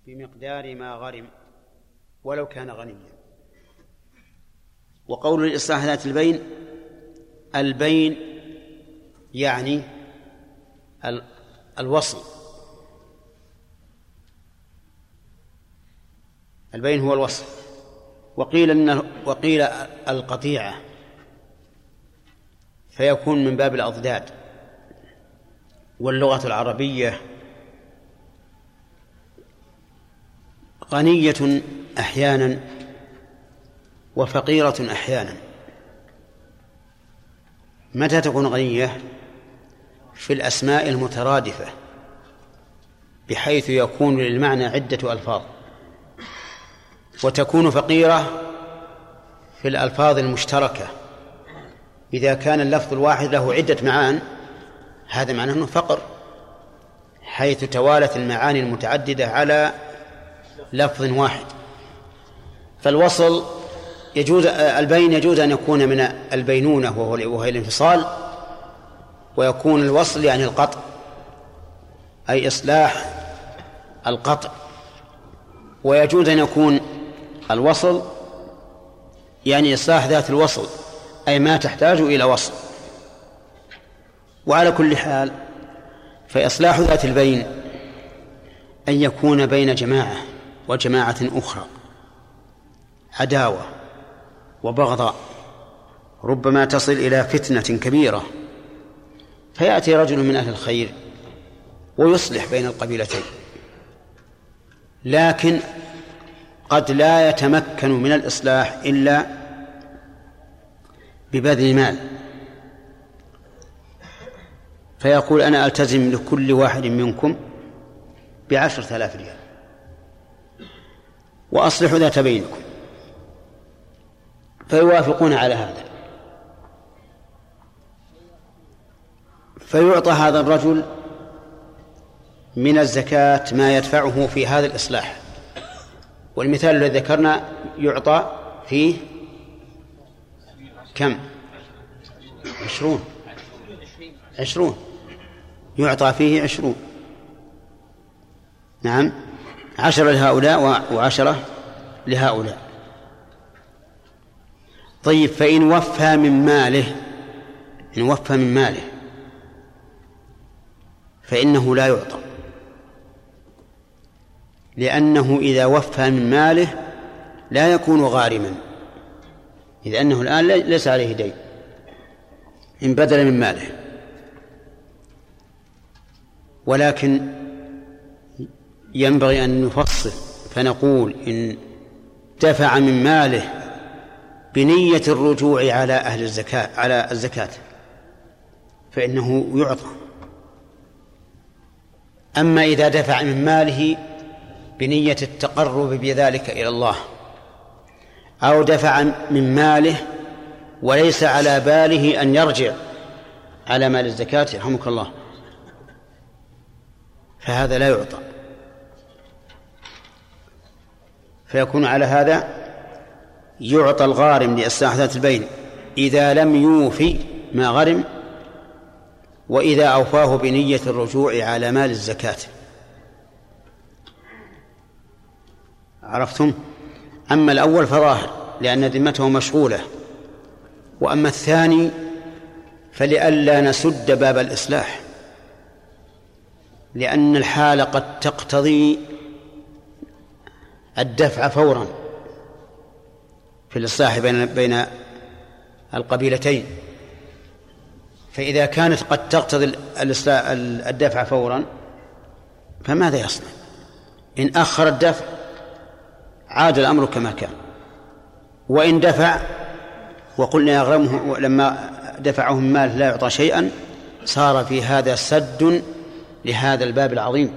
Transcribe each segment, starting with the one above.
بمقدار ما غرم ولو كان غنيا. وقول الإصلاح ذات البين، البين يعني الوصل، البين هو الوصل. وقيل القطيعة، فيكون من باب الأضداد. واللغة العربية غنية أحيانا وفقيرة أحيانا. متى تكون غنية؟ في الأسماء المترادفة، بحيث يكون للمعنى عدة ألفاظ. وتكون فقيرة في الألفاظ المشتركة، إذا كان اللفظ الواحد له عدة معان هذا معناه أنه فقر، حيث توالت المعاني المتعددة على لفظ واحد. فالوصل يجوز، البين يجوز أن يكون من البينونة وهي الانفصال، ويكون الوصل يعني القطع، أي إصلاح القطع. ويجوز أن يكون الوصل يعني إصلاح ذات الوصل، أي ما تحتاج إلى وصل. وعلى كل حال فإصلاح ذات البين أن يكون بين جماعة وجماعة أخرى عداوة وبغضاء، ربما تصل إلى فتنة كبيرة، فيأتي رجل من أهل الخير ويصلح بين القبيلتين، لكن قد لا يتمكن من الإصلاح إلا ببذل مال، فيقول أنا ألتزم لكل واحد منكم ب10,000 ريال وأصلح ذات بينكم، فيوافقون على هذا، فيعطى هذا الرجل من الزكاة ما يدفعه في هذا الإصلاح. والمثال الذي ذكرنا يعطى فيه كم؟ 20 يعطى فيه 20. نعم، 10 لهؤلاء و10 لهؤلاء. طيب، فإن وفى من ماله، إن وفى من ماله فإنه لا يعطى، لأنه إذا وفى من ماله لا يكون غارما، إذ أنه الآن ليس عليه دين إن بدل من ماله. ولكن ينبغي أن نفصل فنقول إن دفع من ماله بنية الرجوع على أهل الزكاة، على الزكاة، فإنه يعطى. أما إذا دفع من ماله بنية التقرب بذلك إلى الله، أو دفع من ماله وليس على باله أن يرجع على مال الزكاة يرحمك الله، فهذا لا يعطى. فيكون على هذا يعطى الغارم لإصلاح ذات البين إذا لم يوفي ما غرم، وإذا أوفاه بنية الرجوع على مال الزكاة. عرفتم؟ أما الأول فظاهر لأن ذمته مشغولة، وأما الثاني فلئلا نسد باب الإصلاح، لأن الحال قد تقتضي الدفع فورا في الإصلاح بين القبيلتين. فإذا كانت قد تقتضي الدفع فورا فماذا يصنع؟ إن أخر الدفع عاد الأمر كما كان، وإن دفع وقلنا يغرمه لما دفعه من مال لا يعطى شيئا، صار في هذا سد لهذا الباب العظيم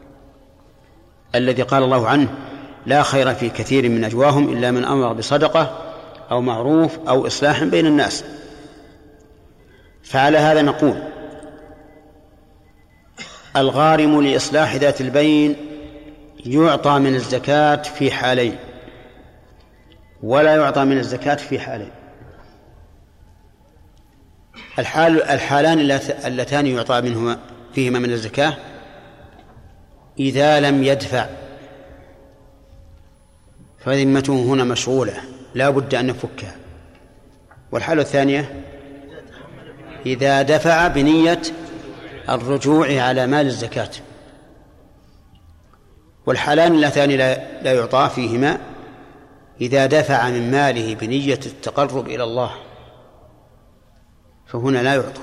الذي قال الله عنه لا خير في كثير من نجواهم إلا من أمر بصدقة أو معروف أو إصلاح بين الناس. فعلى هذا نقول الغارم لإصلاح ذات البين يعطى من الزكاة في حالين، ولا يعطى من الزكاة في حالين. الحالان اللتان يعطى فيهما من الزكاة إذا لم يدفع فذمته هنا مشغولة لا بد أن نفكها. والحالة الثانية إذا دفع بنية الرجوع على مال الزكاة. والحالان اللتان لا يعطى فيهما إذا دفع من ماله بنية التقرب إلى الله فهنا لا يعطى،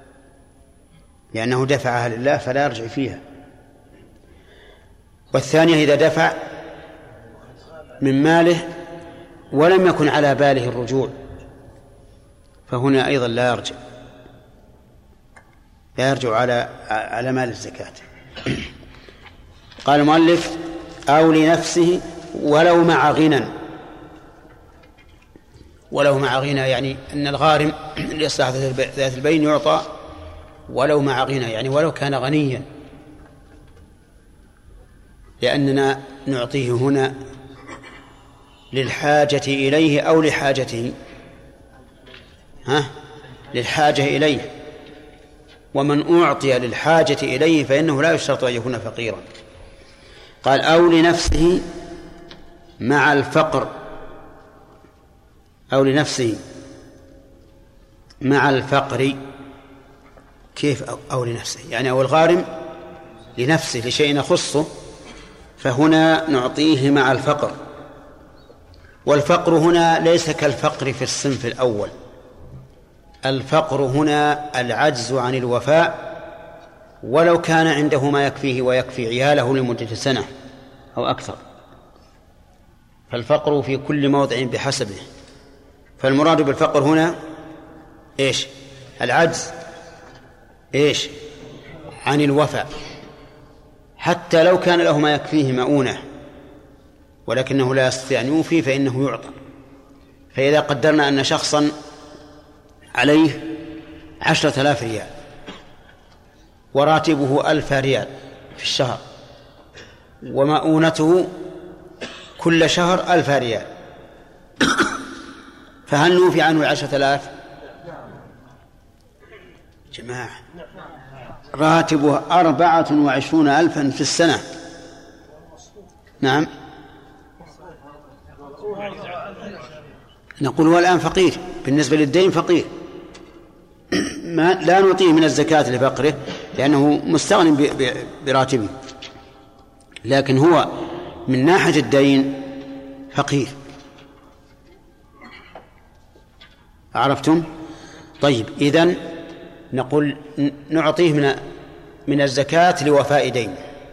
لأنه دفعها لله فلا يرجع فيها. والثانية إذا دفع من ماله ولم يكن على باله الرجوع فهنا أيضا لا يرجع على مال الزكاة. قال المؤلف أو لنفسه ولو مع غنى. ولو مع غنى يعني أن الغارم لإصلاح ذات البين يعطى ولو مع غنى، يعني ولو كان غنيا، لأننا نعطيه هنا للحاجة إليه أو لحاجته، للحاجة إليه، ومن أعطي للحاجة إليه فإنه لا يشترط أن يكون فقيرا. قال أو لنفسه مع الفقر، أو لنفسه مع الفقر. كيف أو لنفسه؟ يعني أو الغارم لنفسه لشيء يخصه، فهنا نعطيه مع الفقر. والفقر هنا ليس كالفقر في الصنف الأول. الفقر هنا العجز عن الوفاء ولو كان عنده ما يكفيه ويكفي عياله لمدة سنة أو أكثر. فالفقر في كل موضع بحسبه. فالمراد بالفقر هنا إيش؟ العجز عن الوفاء، حتى لو كان له ما يكفيه مؤونة ولكنه لا يستطيع أن يوفي فإنه يعطى. فإذا قدرنا أن شخصا عليه 10,000 ريال وراتبه 1,000 ريال في الشهر ومؤونته كل شهر 1,000 ريال، فهل نوفي عنه 10,000؟ جماعة راتبه 24,000 في السنة. نعم، نقول هو الآن فقير بالنسبة للدين، فقير لا نعطيه من الزكاة لفقره لأنه مستغن براتبه، لكن هو من ناحية الدين فقير. عرفتم؟ طيب، إذن نقول نعطيه من الزكاة لوفاء دين.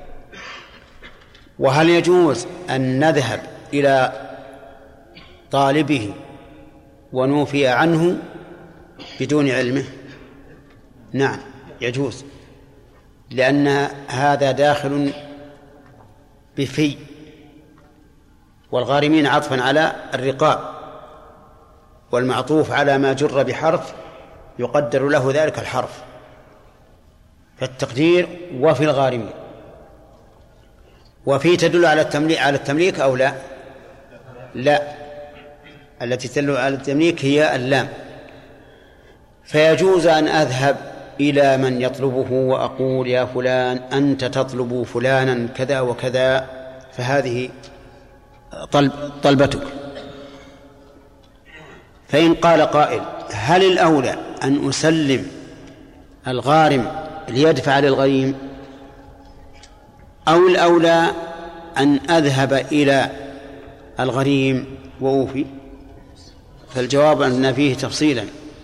وهل يجوز أن نذهب إلى طالبه ونوفي عنه بدون علمه؟ نعم يجوز، لأن هذا داخل بفي، والغارمين عطفا على الرقاب، والمعطوف على ما جر بحرف يقدر له ذلك الحرف، فالتقدير وفي الغارمين. وفي تدل على التمليك أو لا؟ لا، التي تدل على التمليك هي اللام. فيجوز أن أذهب إلى من يطلبه وأقول يا فلان أنت تطلب فلانا كذا وكذا، فهذه طلبتك. فإن قال قائل هل الأولى أن أسلم الغارم ليدفع للغريم أو الأولى أن أذهب إلى الغريم وأوفي؟ فالجواب أن فيه تفصيلا.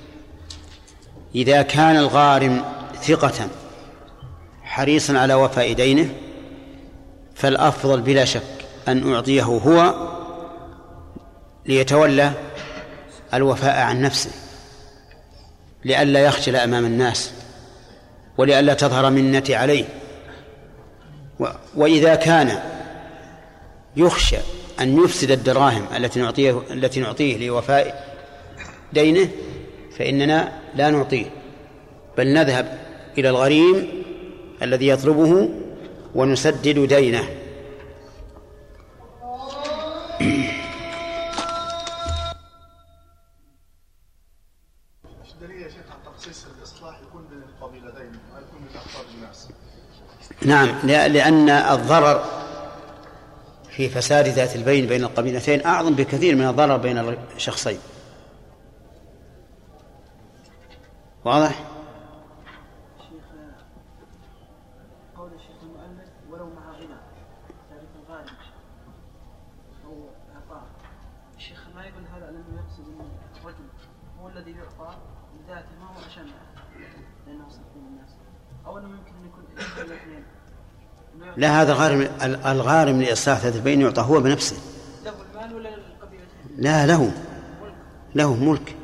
إذا كان الغارم ثقة حريصا على وفاء دينه فالأفضل بلا شك أن أعطيه هو ليتولى الوفاء عن نفسه، لئلا يخجل أمام الناس ولئلا تظهر منتي عليه. وإذا كان يخشى أن يفسد الدراهم التي نعطيه لوفاء دينه فإننا لا نعطيه، بل نذهب إلى الغريم الذي يطلبه ونسدد دينه. نعم، لأن الضرر في فساد ذات البين بين القبيلتين أعظم بكثير من الضرر بين الشخصين. واضح؟ قول الشيخ المؤلف ولو مع غنى تعريف الغالب أو عطاء، الشيخ ما يقول هذا لأنه يقصد أن الرجل هو الذي يعطى لذاته ما هو عشان لأنه صرف من الناس، أو أنه يمكن أن يكون الاثنين. لا، هذا الغارم لإصلاح ذات البين يعطى هو بنفسه. له المال ولا للقبيلتين؟ لا، له ملك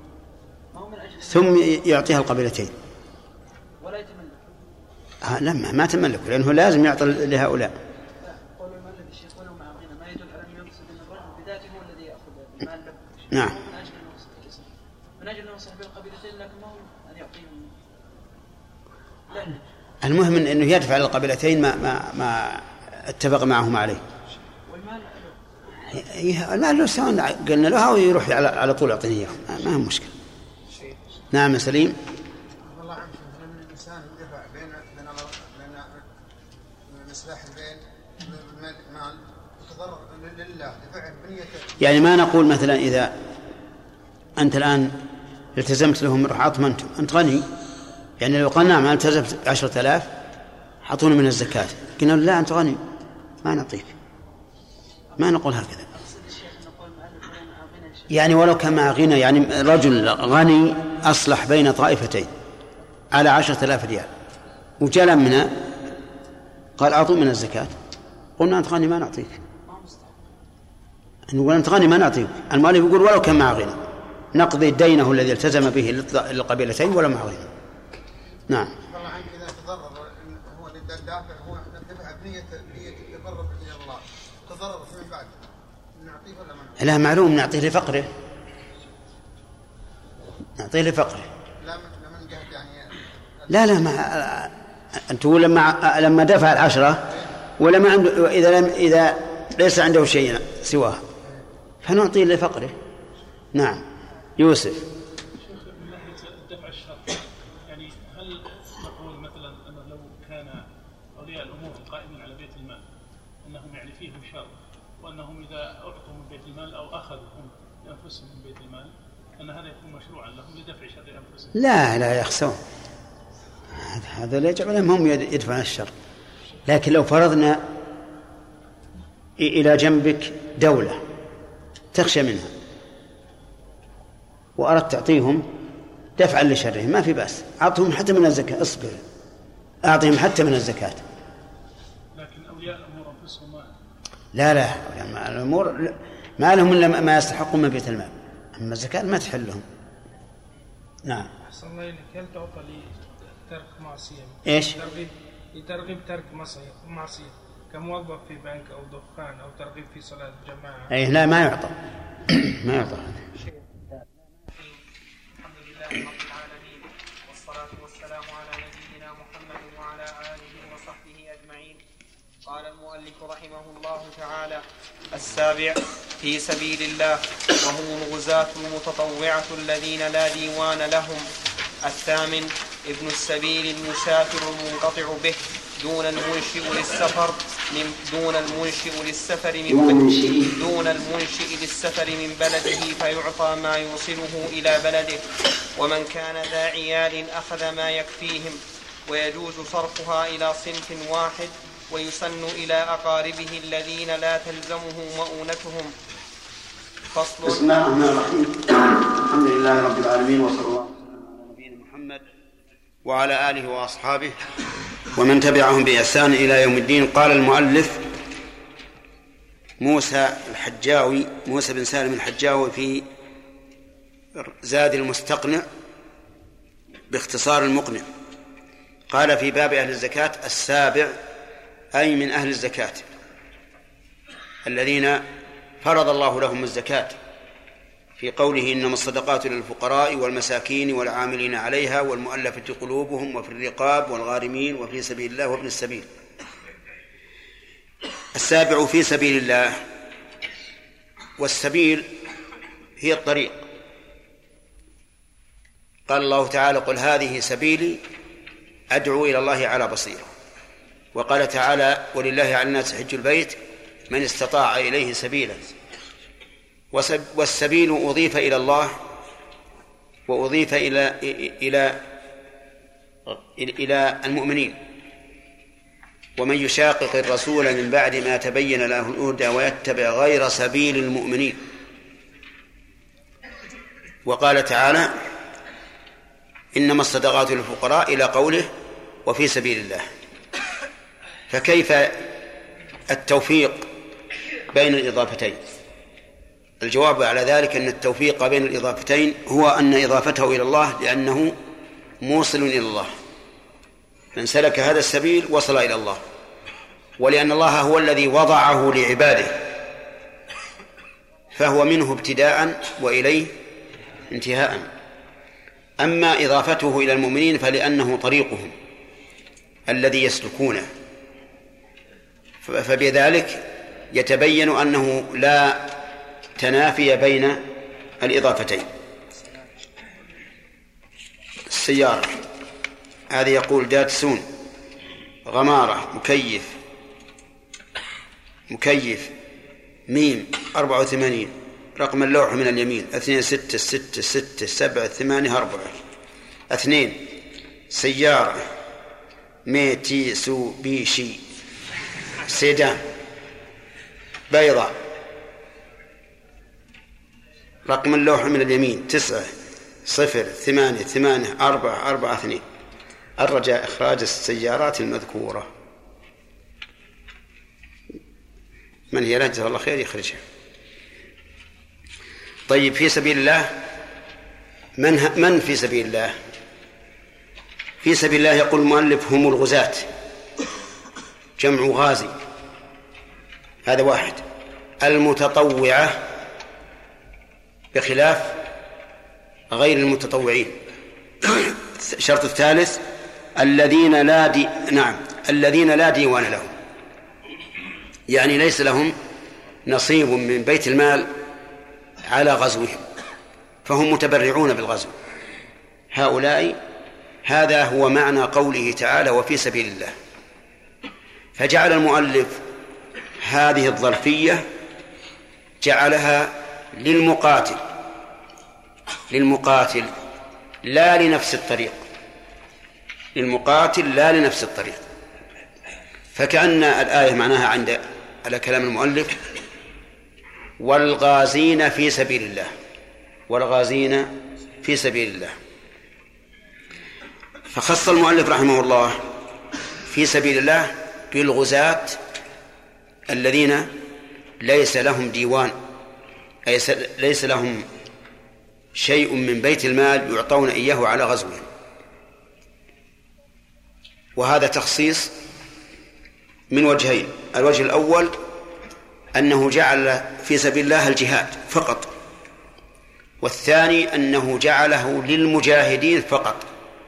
ثم يعطيها القبيلتين ولا يتملك. لما ما تملك لأنه لازم يعطي لهؤلاء. لا، قول المؤلف الشيخ ولو مع غنى ما يدل على أن يقصد أن الرجل بذاته هو الذي يأخذ المال له. نعم. من أجل أن يصلح بالقبيلتين، لكن ما هو أن يعطيهم. المهم أنه يدفع للقبيلتين ما اتفق معهم عليه. والمال المال له سواء قلنا له ويروح على طول يعطيه إياه، ما هي مشكلة. نعم يا سليم. والله عنك مثلا الإنسان يدفع بين مصلاح البين المال وتضرر لله دفع بنيته. يعني ما نقول مثلا إذا أنت الآن التزمت لهم روح أطمنتم أنت غني، يعني لو قال نعم أنا التزمت 10,000 حطوني من الزكاة، قلنا لا أنت غني ما نعطيك، ما نقول هكذا. يعني ولو كان مع غنى، يعني رجل غني أصلح بين طائفتين على 10,000 ريال وجاء منا قال أعطوا من الزكاة، قلنا أنت غني ما نعطيك، نقول أنت غني ما نعطيك. المؤلف يقول ولو كان مع غنى نقضي دينه الذي التزم به للقبيلتين ولا مع غنى. نعم. والله عنك إذا تضرر هو الدافع هو دفع بنية يتقرب إلى الله، تضرر من بعد نعطيه ولا ما نعطيه؟ لا، معلوم نعطيه لفقره، نعطيه لفقره. لا من جهة يعني لا ما أنتوا لما دفع 10 ولا ما عنده، إذا ليس عنده شيء سواه فنعطيه لفقره. نعم. يوسف. شيخ من ناحية الدفع الشرط، يعني هل نقول مثلا أنه لو كان أولياء الأمور القائمين على بيت المال أنهم يعني فيهم شر، وأنهم إذا أعطوا من بيت المال أو أخذوا هم لأنفسهم من بيت المال أن هذا يكون مشروعا لهم لدفع شر أنفسهم؟ لا يخسون، هذا لا يجعلهم هم يدفعون الشر. لكن لو فرضنا إلى جنبك دولة تخشى منها وأردت تعطيهم دفعا لشرهم ما في بأس، أعطهم حتى من الزكاة، اصبر أعطهم حتى من الزكاة. لكن أولياء الأمور أنفسهم لا الأمور ما لهم إلا ما يستحقون من بيت المال، أما الزكاة ما تحل لهم. نعم. أحسن الله إليك. هل تعطى لترك معصية؟ إيش؟ لترغيب ترك معصية كموظف في بنك أو دخان أو ترغيب في صلاة الجماعة؟ أي لا، ما يعطى ما يعطى. الحمد لله رب العالمين، والصلاة والسلام على نبينا محمد وعلى آله وصحبه أجمعين. قال المؤلف رحمه الله تعالى: السابع في سبيل الله، وهم الغزاة المتطوعة الذين لا ديوان لهم. الثامن ابن السبيل المسافر المنقطع به دون المنشئ للسفر من بلده فيعطى ما يوصله إلى بلده. ومن كان ذا عيال أخذ ما يكفيهم، ويجوز صرفها إلى صنف واحد، ويسن إلى أقاربه الذين لا تلزمه مؤونتهم. فصل. بسم الله الرحمن الرحيم. الحمد لله رب العالمين، وصلى الله على نبينا محمد وعلى آله وأصحابه ومن تبعهم بإحسان إلى يوم الدين. قال المؤلف موسى بن سالم الحجاوي في زاد المستقنع باختصار المقنع، قال في باب أهل الزكاة: السابع أي من أهل الزكاة الذين فرض الله لهم الزكاة، في قوله: إنما الصدقات للفقراء والمساكين والعاملين عليها والمؤلفة قلوبهم وفي الرقاب والغارمين وفي سبيل الله وابن السبيل. السابع في سبيل الله، والسبيل هي الطريق. قال الله تعالى: قل هذه سبيلي أدعو إلى الله على بصيرة. وقال تعالى: ولله على الناس حج البيت من استطاع إليه سبيلا. والسبيل أضيف إلى الله وأضيف إلى المؤمنين. ومن يشاقق الرسول من بعد ما تبين له الهدى ويتبع غير سبيل المؤمنين. وقال تعالى إنما الصدقات للفقراء إلى قوله وفي سبيل الله. فكيف التوفيق بين الإضافتين؟ الجواب على ذلك أن التوفيق بين الإضافتين هو أن إضافته إلى الله لأنه موصل إلى الله، من سلك هذا السبيل وصل إلى الله، ولأن الله هو الذي وضعه لعباده فهو منه ابتداء وإليه انتهاء. أما إضافته إلى المؤمنين فلأنه طريقهم الذي يسلكونه، فبذلك يتبين أنه لا تنافي بين الإضافتين. السيارة هذه يقول داتسون غمارة مكيف ميم 84 رقم اللوحة من اليمين 266678 2 سيارة ميتسوبيشي سيدان بيضاء رقم اللوحة من اليمين 90884442. الرجاء إخراج السيارات المذكورة. من هي جزاه الله خير يخرجها. طيب في سبيل الله من في سبيل الله؟ في سبيل الله يقول المؤلف هم الغزاة، جمع غازي، هذا واحد. المتطوعة بخلاف غير المتطوعين. الشرط الثالث الذين لا ديوان لهم، يعني ليس لهم نصيب من بيت المال على غزوهم فهم متبرعون بالغزو. هؤلاء هذا هو معنى قوله تعالى وفي سبيل الله. فجعل المؤلف هذه الظرفية جعلها للمقاتل لا لنفس الطريق، للمقاتل لا لنفس الطريق. فكأن الآية معناها على كلام المؤلف والغازين في سبيل الله، والغازين في سبيل الله. فخص المؤلف رحمه الله في سبيل الله بالغزاة الذين ليس لهم ديوان، أي ليس لهم شيء من بيت المال يعطون إياه على غزوهم. وهذا تخصيص من وجهين. الوجه الأول أنه جعل في سبيل الله الجهاد فقط، والثاني أنه جعله للمجاهدين فقط،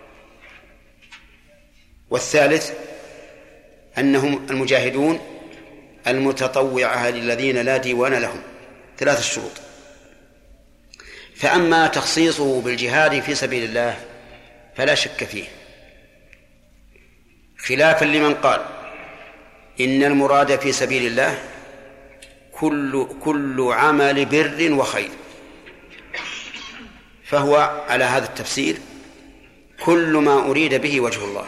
والثالث أنهم المجاهدون المتطوعة للذين لا ديوان لهم. 3 شروط. فأما تخصيصه بالجهاد في سبيل الله فلا شك فيه، خلافا لمن قال إن المراد في سبيل الله كل عمل بر وخير، فهو على هذا التفسير كل ما أريد به وجه الله،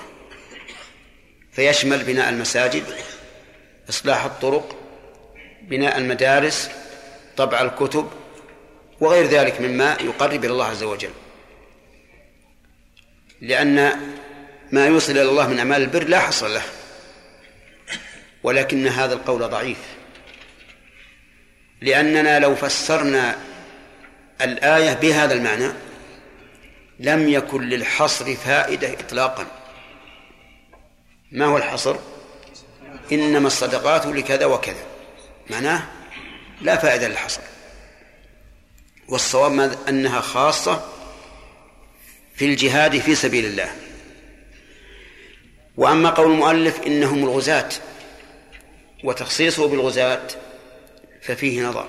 فيشمل بناء المساجد، إصلاح الطرق، بناء المدارس، طبع الكتب، وغير ذلك مما يقرب إلى الله عز وجل، لأن ما يوصل إلى الله من أعمال البر لا حصر له. ولكن هذا القول ضعيف، لأننا لو فسرنا الآية بهذا المعنى لم يكن للحصر فائدة إطلاقا. ما هو الحصر؟ إنما الصدقات لكذا وكذا، معناه لا فائدة للحصر. والصواب أنها خاصة في الجهاد في سبيل الله. وأما قول المؤلف إنهم الغزاة وتخصيصه بالغزاة ففيه نظر،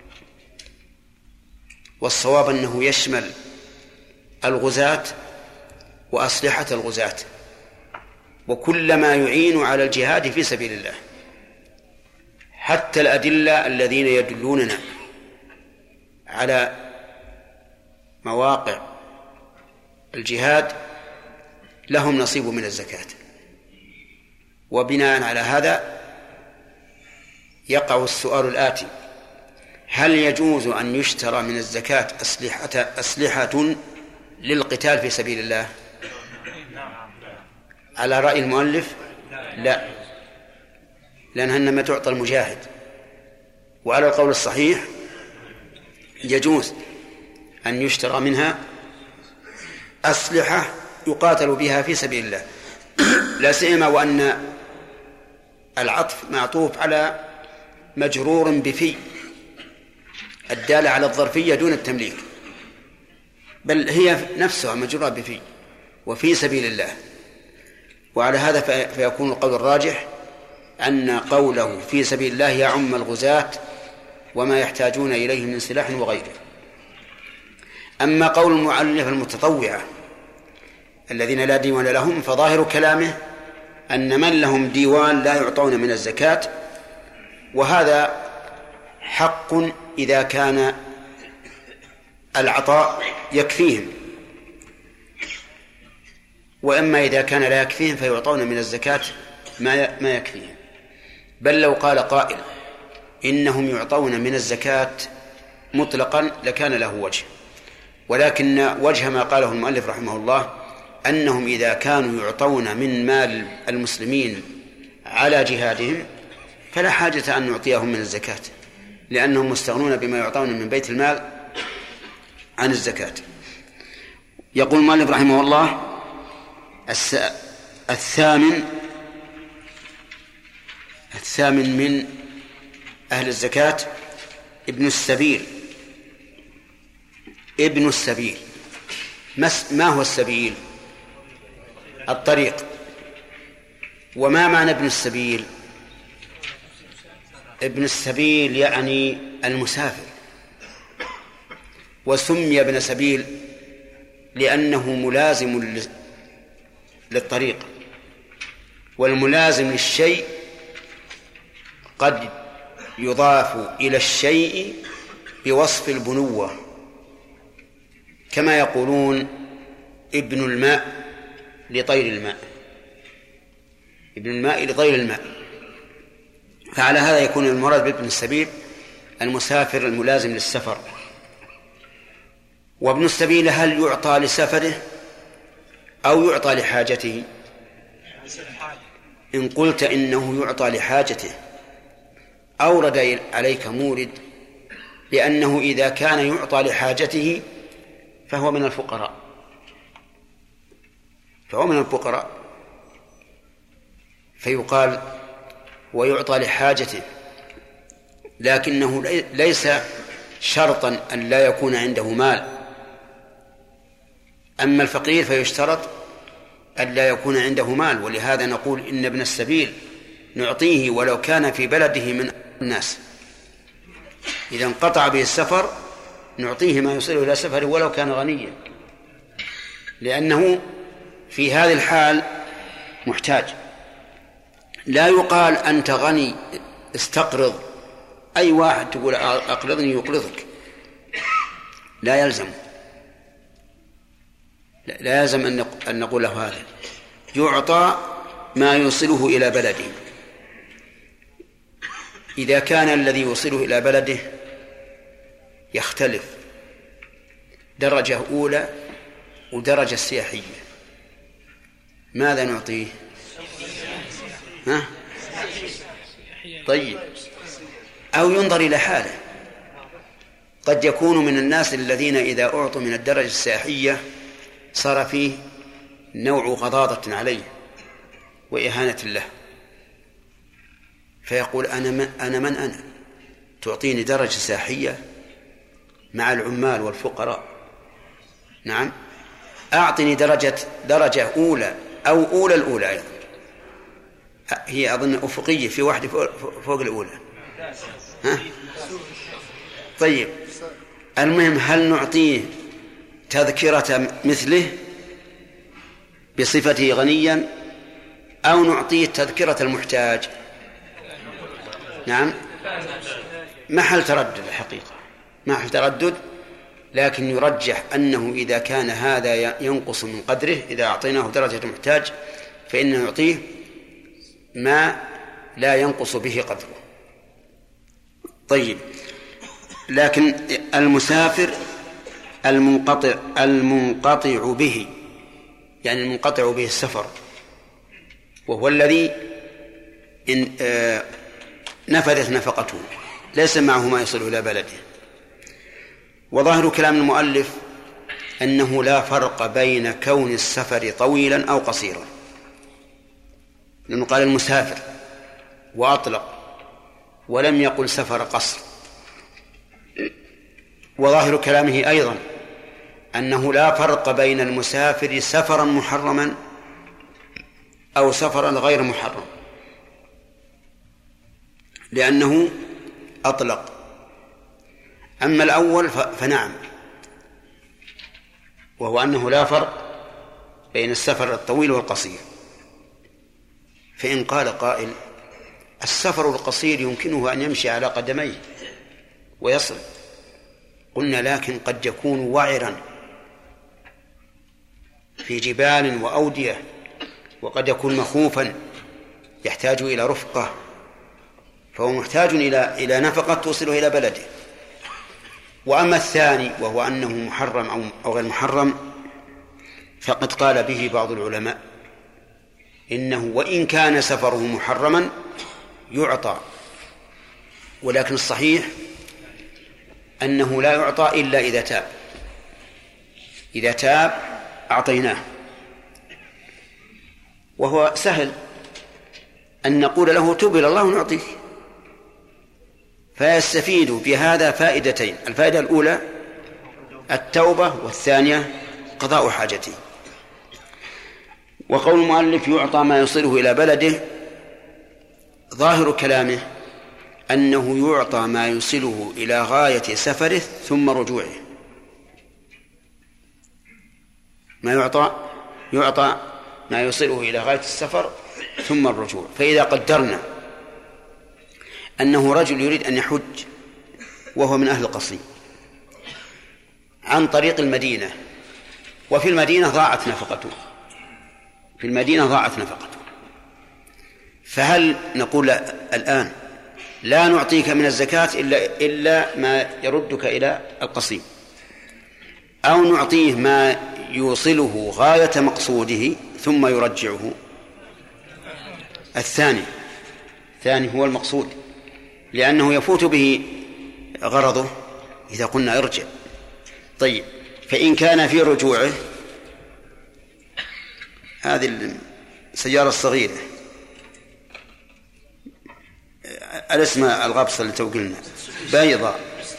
والصواب أنه يشمل الغزاة وأسلحة الغزاة وكل ما يعين على الجهاد في سبيل الله، حتى الأدلة الذين يدلوننا على مواقع الجهاد لهم نصيب من الزكاة. وبناء على هذا يقع السؤال الآتي: هل يجوز أن يشترى من الزكاة أسلحة للقتال في سبيل الله؟ على رأي المؤلف لا، لأنها إنما تعطى المجاهد. وعلى القول الصحيح يجوز أن يشترى منها أسلحة يقاتل بها في سبيل الله، لا سيما وأن العطف معطوف على مجرور بفي الدالة على الظرفية دون التمليك، بل هي نفسها مجرورة بفي وفي سبيل الله. وعلى هذا فيكون القول الراجح أن قوله في سبيل الله يعم الغزاة وما يحتاجون إليه من سلاح وغيره. أما قول المؤلف المتطوعة الذين لا ديوان لهم فظاهر كلامه أن من لهم ديوان لا يعطون من الزكاة، وهذا حق إذا كان العطاء يكفيهم، وإما إذا كان لا يكفيهم فيعطون من الزكاة ما يكفيهم. بل لو قال قائل إنهم يعطون من الزكاة مطلقا لكان له وجه، ولكن وجه ما قاله المؤلف رحمه الله أنهم إذا كانوا يعطون من مال المسلمين على جهادهم فلا حاجة أن نعطيهم من الزكاة، لأنهم مستغنون بما يعطون من بيت المال عن الزكاة. يقول المؤلف رحمه الله: الثامن من أهل الزكاة ابن السبيل. ابن السبيل ما هو السبيل؟ الطريق. وما معنى ابن السبيل؟ ابن السبيل يعني المسافر، وسمي ابن سبيل لأنه ملازم للطريق، والملازم للشيء قد يضاف إلى الشيء بوصف البنوة، كما يقولون ابن الماء لطير الماء، ابن الماء لطير الماء. فعلى هذا يكون المراد بابن السبيل المسافر الملازم للسفر. وابن السبيل هل يعطى لسفره أو يعطى لحاجته؟ إن قلت إنه يعطى لحاجته أورد عليك مورد بأنه إذا كان يعطى لحاجته فهو من الفقراء، فيقال ويعطى لحاجته، لكنه ليس شرطا أن لا يكون عنده مال. أما الفقير فيشترط أن لا يكون عنده مال، ولهذا نقول إن ابن السبيل نعطيه ولو كان في بلده من الناس، إذا انقطع به السفر نعطيه ما يوصله إلى سفره ولو كان غنيا، لأنه في هذه الحال محتاج. لا يقال أنت غني استقرض، أي واحد تقول أقرضني يقرضك، لا يلزم أن نقول له هذا. يعطى ما يوصله إلى بلده. إذا كان الذي يوصله إلى بلده يختلف درجة أولى ودرجة سياحية، ماذا نعطيه؟ طيب، أو ينظر إلى حاله. قد يكون من الناس الذين إذا أعطوا من الدرجة السياحية صار فيه نوع غضاضة عليه وإهانة له، فيقول أنا من تعطيني درجة سياحية مع العمال والفقراء؟ نعم، أعطني درجة أولى أو أولى الأولى أيضا، هي أظن أفقية، في واحدة فوق الأولى. طيب، المهم هل نعطيه تذكرة مثله بصفته غنيا أو نعطيه تذكرة المحتاج؟ نعم، محل تردد الحقيقة، محل تردد، لكن يرجح أنه إذا كان هذا ينقص من قدره، إذا أعطيناه درجة محتاج فإنه يعطيه ما لا ينقص به قدره. طيب، لكن المسافر المنقطع به، يعني المنقطع به السفر، وهو الذي نفذت نفقته، ليس معه ما يصل إلى بلده. وظاهر كلام المؤلف أنه لا فرق بين كون السفر طويلا أو قصيرا، لأنه قال المسافر وأطلق ولم يقل سفر قصر. وظاهر كلامه أيضا أنه لا فرق بين المسافر سفرا محرما أو سفرا غير محرم، لأنه أطلق. أما الأول فنعم، وهو أنه لا فرق بين السفر الطويل والقصير. فإن قال قائل السفر القصير يمكنه أن يمشي على قدميه ويصل، قلنا لكن قد يكون وعرا في جبال وأودية، وقد يكون مخوفا يحتاج إلى رفقة، فهو محتاج إلى نفقة توصله إلى بلده. وأما الثاني وهو أنه محرم أو غير محرم، فقد قال به بعض العلماء إنه وإن كان سفره محرما يعطى، ولكن الصحيح أنه لا يعطى إلا إذا تاب. إذا تاب أعطيناه. وهو سهل أن نقول له تب إلى الله ونعطيك، فيستفيد بهذا فائدتين: الفائدة الأولى التوبة، والثانية قضاء حاجته. وقول المؤلف يعطى ما يصله إلى بلده، ظاهر كلامه أنه يعطى ما يصله إلى غاية سفره ثم رجوعه. ما يعطى ما يصله إلى غاية السفر ثم الرجوع. فإذا قدرنا أنه رجل يريد أن يحج وهو من أهل القصيم عن طريق المدينة، وفي المدينة ضاعت نفقته، فهل نقول الآن لا نعطيك من الزكاة إلا ما يردك إلى القصيم، أو نعطيه ما يوصله غاية مقصوده ثم يرجعه؟ الثاني هو المقصود، لأنه يفوت به غرضه إذا قلنا ارجع. طيب، فإن كان في رجوعه، هذه السيارة الصغيرة الاسم الغبصة اللي توقلنا بيضاء،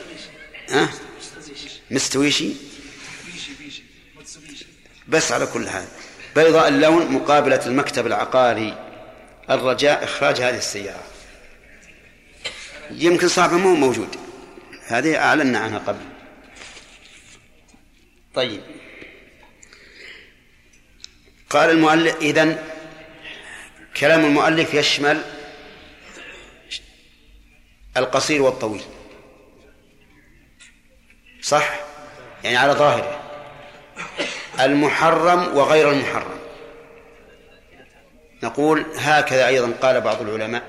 مستويشي، بس على كل حال بيضاء اللون، مقابلة المكتب العقاري، الرجاء إخراج هذه السيارة. يمكن صاحبه مو موجود، هذه أعلنا عنها قبل. طيب، قال المؤلف إذن كلام المؤلف يشمل القصير والطويل، صح؟ يعني على ظاهره المحرم وغير المحرم. نقول هكذا أيضا قال بعض العلماء،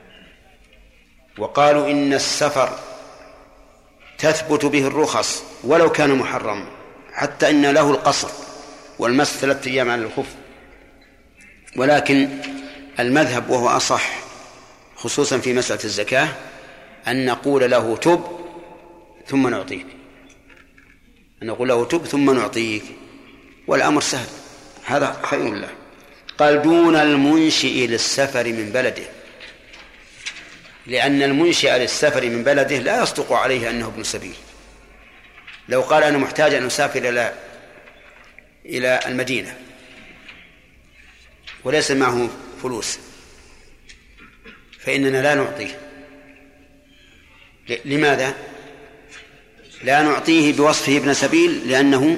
وقالوا إن السفر تثبت به الرخص ولو كان محرم، حتى إن له القصر والمس 3 أيام على الخف. ولكن المذهب وهو أصح خصوصا في مسألة الزكاة أن نقول له تب ثم نعطيك، والأمر سهل، هذا خير له. قال دون المنشئ للسفر من بلده، لأن المنشئ للسفر من بلده لا يصدق عليه أنه ابن سبيل. لو قال أنا محتاج أن أسافر إلى المدينة وليس معه فلوس فإننا لا نعطيه. لماذا؟ لا نعطيه بوصفه ابن سبيل، لأنه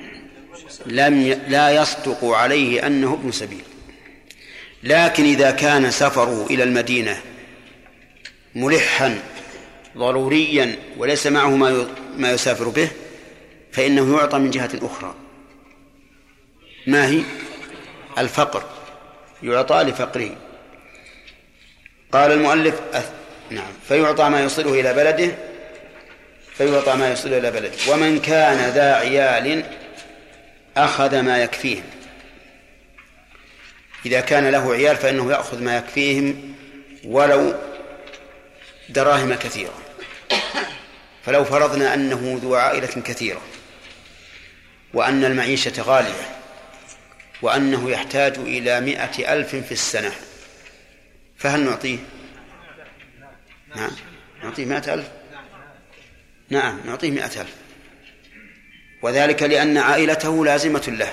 لا يصدق عليه أنه ابن سبيل. لكن إذا كان سفره إلى المدينة ملحا ضروريا وليس معه ما يسافر به، فإنه يعطى من جهة أخرى. ما هي؟ الفقر، يعطى لفقره. قال المؤلف نعم، فيعطى ما يصله إلى بلده، فيعطى ما يصله إلى بلده. ومن كان ذا عيال أخذ ما يكفيهم، إذا كان له عيال فإنه يأخذ ما يكفيهم ولو دراهم كثيرة. فلو فرضنا أنه ذو عائلة كثيرة وأن المعيشة غالية وأنه يحتاج إلى 100,000 في السنة، فهل نعطيه؟ نعم نعطيه 100,000. نعم نعطيه 100,000، وذلك لأن عائلته لازمة له.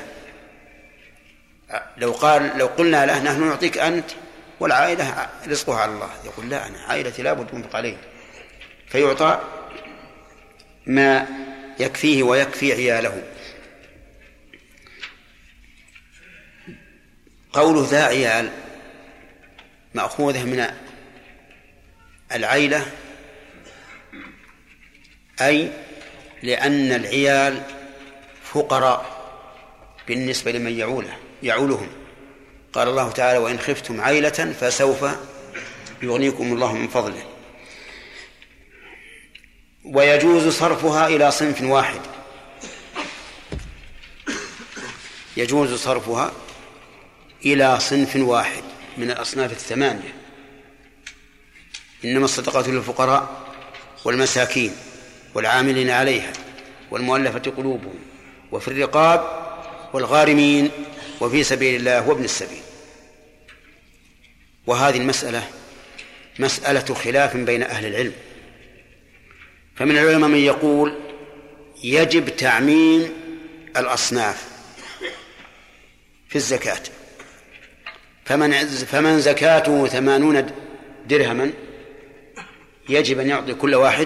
لو قلنا له نحن نعطيك أنت والعائلة رزقها على الله، يقول لا، أنا عائلتي لا بد ينفق عليه، فيعطى ما يكفيه ويكفي عياله. قوله ذا عيال مأخوذة من العيلة، أي لأن العيال فقراء بالنسبة لمن يعولهم. قال الله تعالى: وإن خفتم عيلة فسوف يغنيكم الله من فضله. ويجوز صرفها إلى صنف واحد، يجوز صرفها إلى صنف واحد من الأصناف 8. إنما الصدقات للفقراء والمساكين والعاملين عليها والمؤلفة قلوبهم وفي الرقاب والغارمين وفي سبيل الله وابن السبيل. وهذه المسألة مسألة خلاف بين أهل العلم، فمن العلماء من يقول يجب تعميم الأصناف في الزكاة، فمن زكاته 80 درهما يجب أن يعطي كل واحد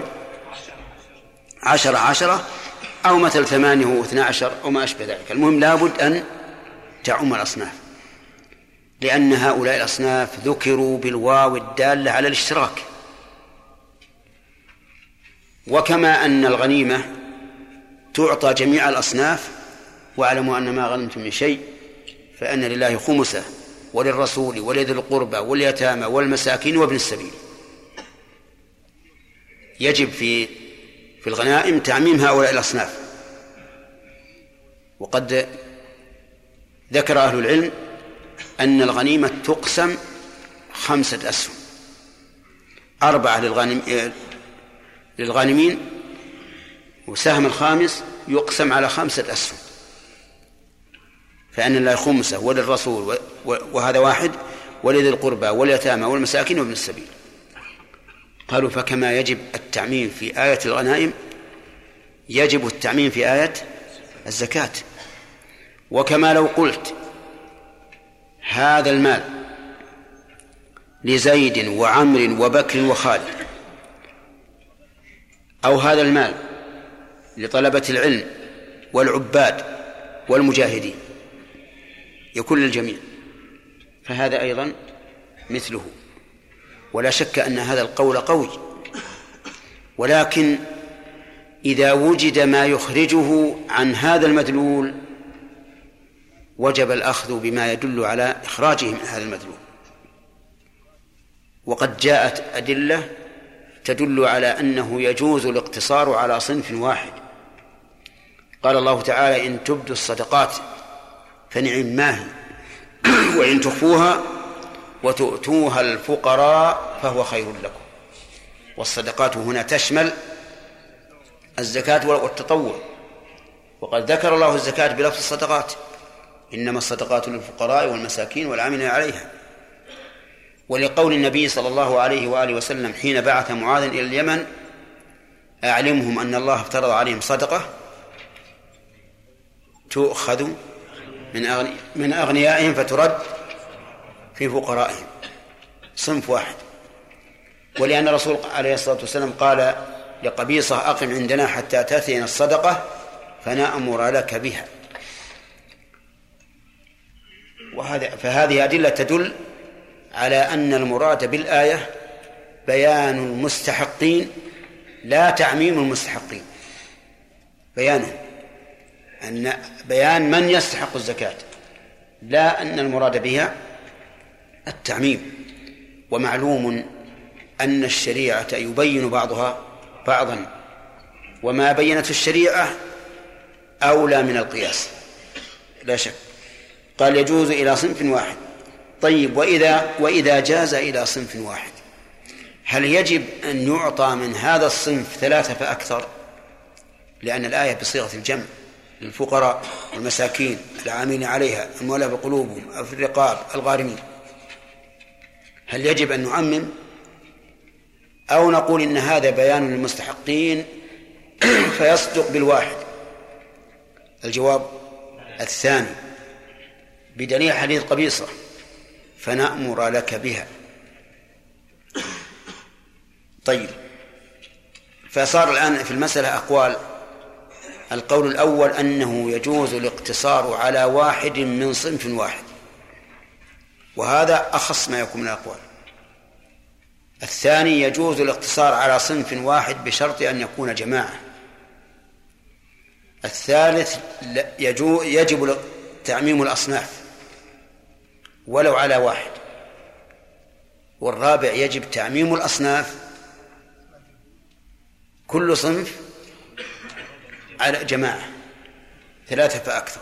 10 أو مثل 8 و12 أو ما أشبه ذلك. المهم لابد أن تعم الأصناف، لأن هؤلاء الأصناف ذكروا بالواو الدالة على الاشتراك. وكما أن الغنيمة تعطى جميع الأصناف، واعلموا أن ما غنمتم من شيء فأن لله خمسه وللرسول ولذي القربى واليتامى والمساكين وابن السبيل. يجب في الغنائم تعميم هؤلاء الأصناف. وقد ذكر أهل العلم أن الغنيمة تقسم 5 أسهم، 4 للغانمين، وسهم الخامس يقسم على 5 أسهم، فأن الله خمسه وللرسول وهذا واحد ولذي القربى واليتامى والمساكين وابن السبيل. قالوا فكما يجب التعميم في آية الغنائم يجب التعميم في آية الزكاة. وكما لو قلت هذا المال لزيد وعمر وبكر وخالد، أو هذا المال لطلبة العلم والعباد والمجاهدين، يكون للجميع، فهذا أيضا مثله. ولا شك أن هذا القول قوي، ولكن إذا وجد ما يخرجه عن هذا المدلول وجب الأخذ بما يدل على إخراجه من هذا المدلول. وقد جاءت أدلة تدل على أنه يجوز الاقتصار على صنف واحد. قال الله تعالى: إن تبدوا الصدقات فنعم ما هي وإن تخفوها وتؤتوها الفقراء فهو خير لكم. والصدقات هنا تشمل الزكاة والتطوع، وقد ذكر الله الزكاة بلفظ الصدقات: إنما الصدقات للفقراء والمساكين والعاملين عليها. ولقول النبي صلى الله عليه وآله وسلم حين بعث معاذ إلى اليمن: أعلمهم أن الله افترض عليهم صدقة تؤخذ من أغنيائهم فترد في فقرائهم، صنف واحد. ولأن الرسول عليه الصلاة والسلام قال لقبيصة: أقم عندنا حتى تأتينا الصدقة فنأمر لك بها. فهذه أدلة تدل على أن المراد بالآية بيان المستحقين لا تعميم المستحقين، بيان من يستحق الزكاة، لا أن المراد بها التعميم. ومعلوم أن الشريعة يبين بعضها بعضا، وما بينت الشريعة أولى من القياس لا شك. قال يجوز إلى صنف واحد. طيب وإذا جاز إلى صنف واحد، هل يجب أن يعطى من هذا الصنف 3 فأكثر؟ لأن الآية بصيغة الجمع للفقراء والمساكين العاملين عليها المؤلفة قلوبهم في الرقاب الغارمين. هل يجب أن نعمم أو نقول إن هذا بيان للمستحقين فيصدق بالواحد؟ الجواب الثاني بدليل حديث قبيصة فنأمر لك بها. طيب، فصار الآن في المسألة أقوال. القول الأول أنه يجوز الاقتصار على واحد من صنف واحد، وهذا أخص ما يكون من الأقوال. الثاني يجوز الاقتصار على صنف واحد بشرط أن يكون جماعة. الثالث يجب تعميم الأصناف ولو على واحد. والرابع يجب تعميم الأصناف كل صنف على جماعة 3 فأكثر.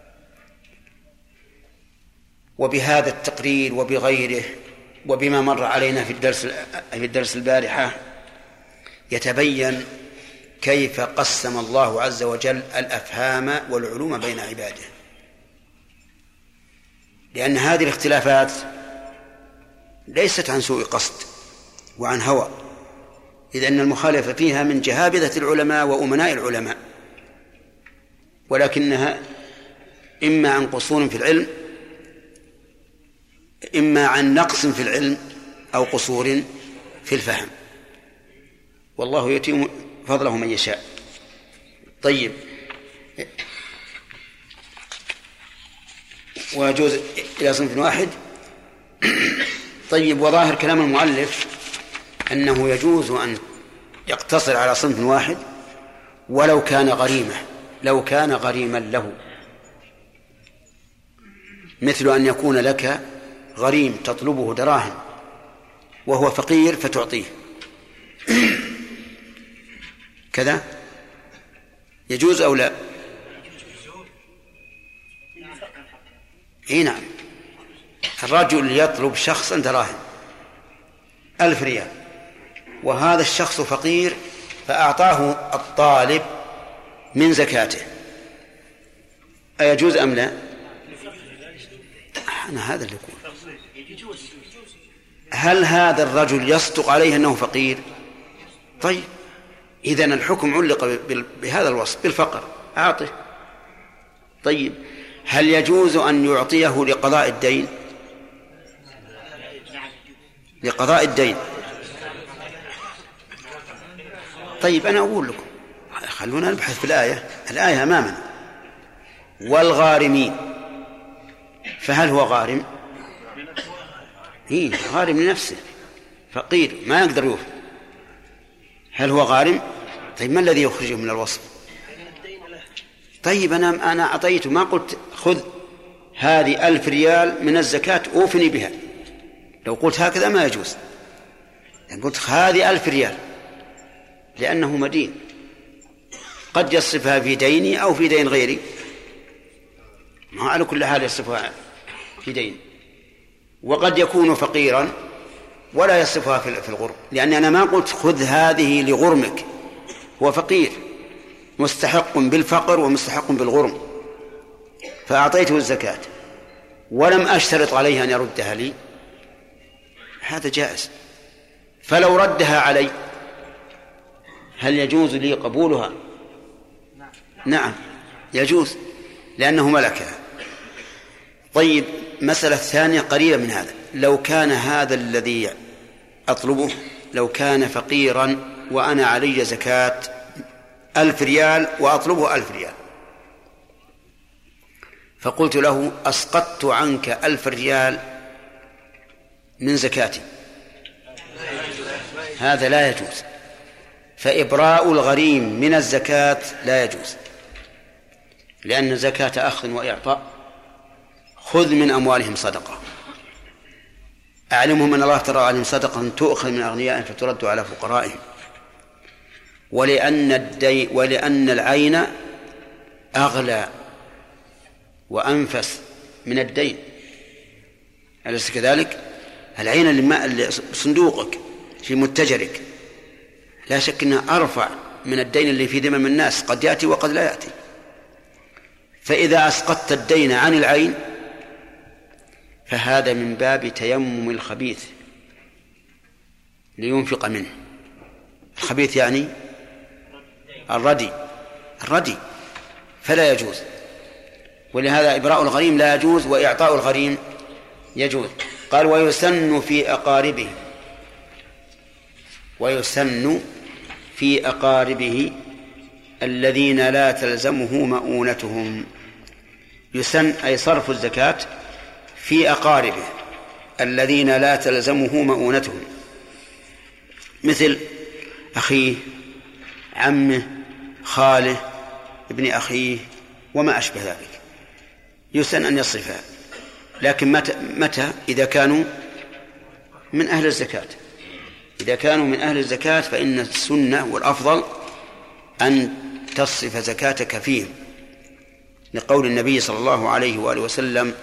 وبهذا التقرير وبغيره وبما مر علينا في الدرس البارحة يتبين كيف قسم الله عز وجل الأفهام والعلوم بين عباده، لأن هذه الاختلافات ليست عن سوء قصد وعن هوى، إذ أن المخالفة فيها من جهابذة العلماء وأمناء العلماء، ولكنها إما عن قصور في العلم، إما عن نقص في العلم، أو قصور في الفهم، والله يتم فضله من يشاء. طيب، ويجوز إلى صنف واحد. طيب، وظاهر كلام المؤلف أنه يجوز أن يقتصر على صنف واحد ولو كان غريمة، لو كان غريما له، مثل أن يكون لك غريم تطلبه دراهم وهو فقير فتعطيه كذا، يجوز أو لا؟ إيه نعم. الرجل يطلب شخصا دراهم 1000 ريال، وهذا الشخص فقير فأعطاه الطالب من زكاته، أيجوز أم لا؟ أنا هذا اللي يكون. هل هذا الرجل يصدق عليه أنه فقير؟ طيب، إذن الحكم علق بهذا الوصف بالفقر، أعطه. طيب، هل يجوز أن يعطيه لقضاء الدين؟ لقضاء الدين. طيب، أنا أقول لكم خلونا نبحث في الآية أمامنا. والغارمين، فهل هو غارم؟ غارم لنفسه، فقير ما يقدر يوفي. هل هو غارم؟ طيب، ما الذي يخرجه من الوصف؟ طيب، أنا أعطيته، ما قلت خذ هذه 1000 ريال من الزكاة أوفني بها. لو قلت هكذا ما يجوز، يعني قلت هذه 1000 ريال لأنه مدين، قد يصرفها في ديني أو في دين غيري، ما على كل حال يصرفها في دين. وقد يكون فقيرا ولا يصرفها في الغرم، لأن أنا ما قلت خذ هذه لغرمك، هو فقير مستحق بالفقر ومستحق بالغرم، فأعطيته الزكاة ولم أشترط عليه أن يردها لي، هذا جائز. فلو ردها علي هل يجوز لي قبولها؟ نعم يجوز، لأنه ملكها. طيب، مسألة ثانية قريبة من هذا. لو كان هذا الذي أطلبه لو كان فقيرا وأنا علي زكاة 1000 ريال وأطلبه 1000 ريال، فقلت له أسقطت عنك 1000 ريال من زكاتي، هذا لا يجوز. فإبراء الغريم من الزكاة لا يجوز، لأن الزكاة أخذ وإعطاء. خذ من أموالهم صدقة، أعلمهم أن الله ترى عليهم صدقة تؤخذ من أغنيائهم فترد على فقرائهم. ولأن العين أغلى وأنفس من الدين، أليس كذلك؟ العين اللي صندوقك في متجرك لا شك أنها أرفع من الدين اللي في ذمم الناس، قد يأتي وقد لا يأتي. فإذا أسقطت الدين عن العين فهذا من باب تيمم الخبيث لينفق منه. الخبيث يعني الردي، فلا يجوز. ولهذا إبراء الغريم لا يجوز وإعطاء الغريم يجوز. قال ويسن في أقاربه الذين لا تلزمه مؤونتهم. يسن أي صرف الزكاة في أقاربه الذين لا تلزمه مؤونتهم، مثل أخيه، عمه، خاله، ابن أخيه وما أشبه ذلك، يسن أن يصرفها. لكن متى؟ إذا كانوا من أهل الزكاة. إذا كانوا من أهل الزكاة فإن السنة والأفضل أن تصرف زكاتك فيهم، لقول النبي صلى الله عليه وآله وسلم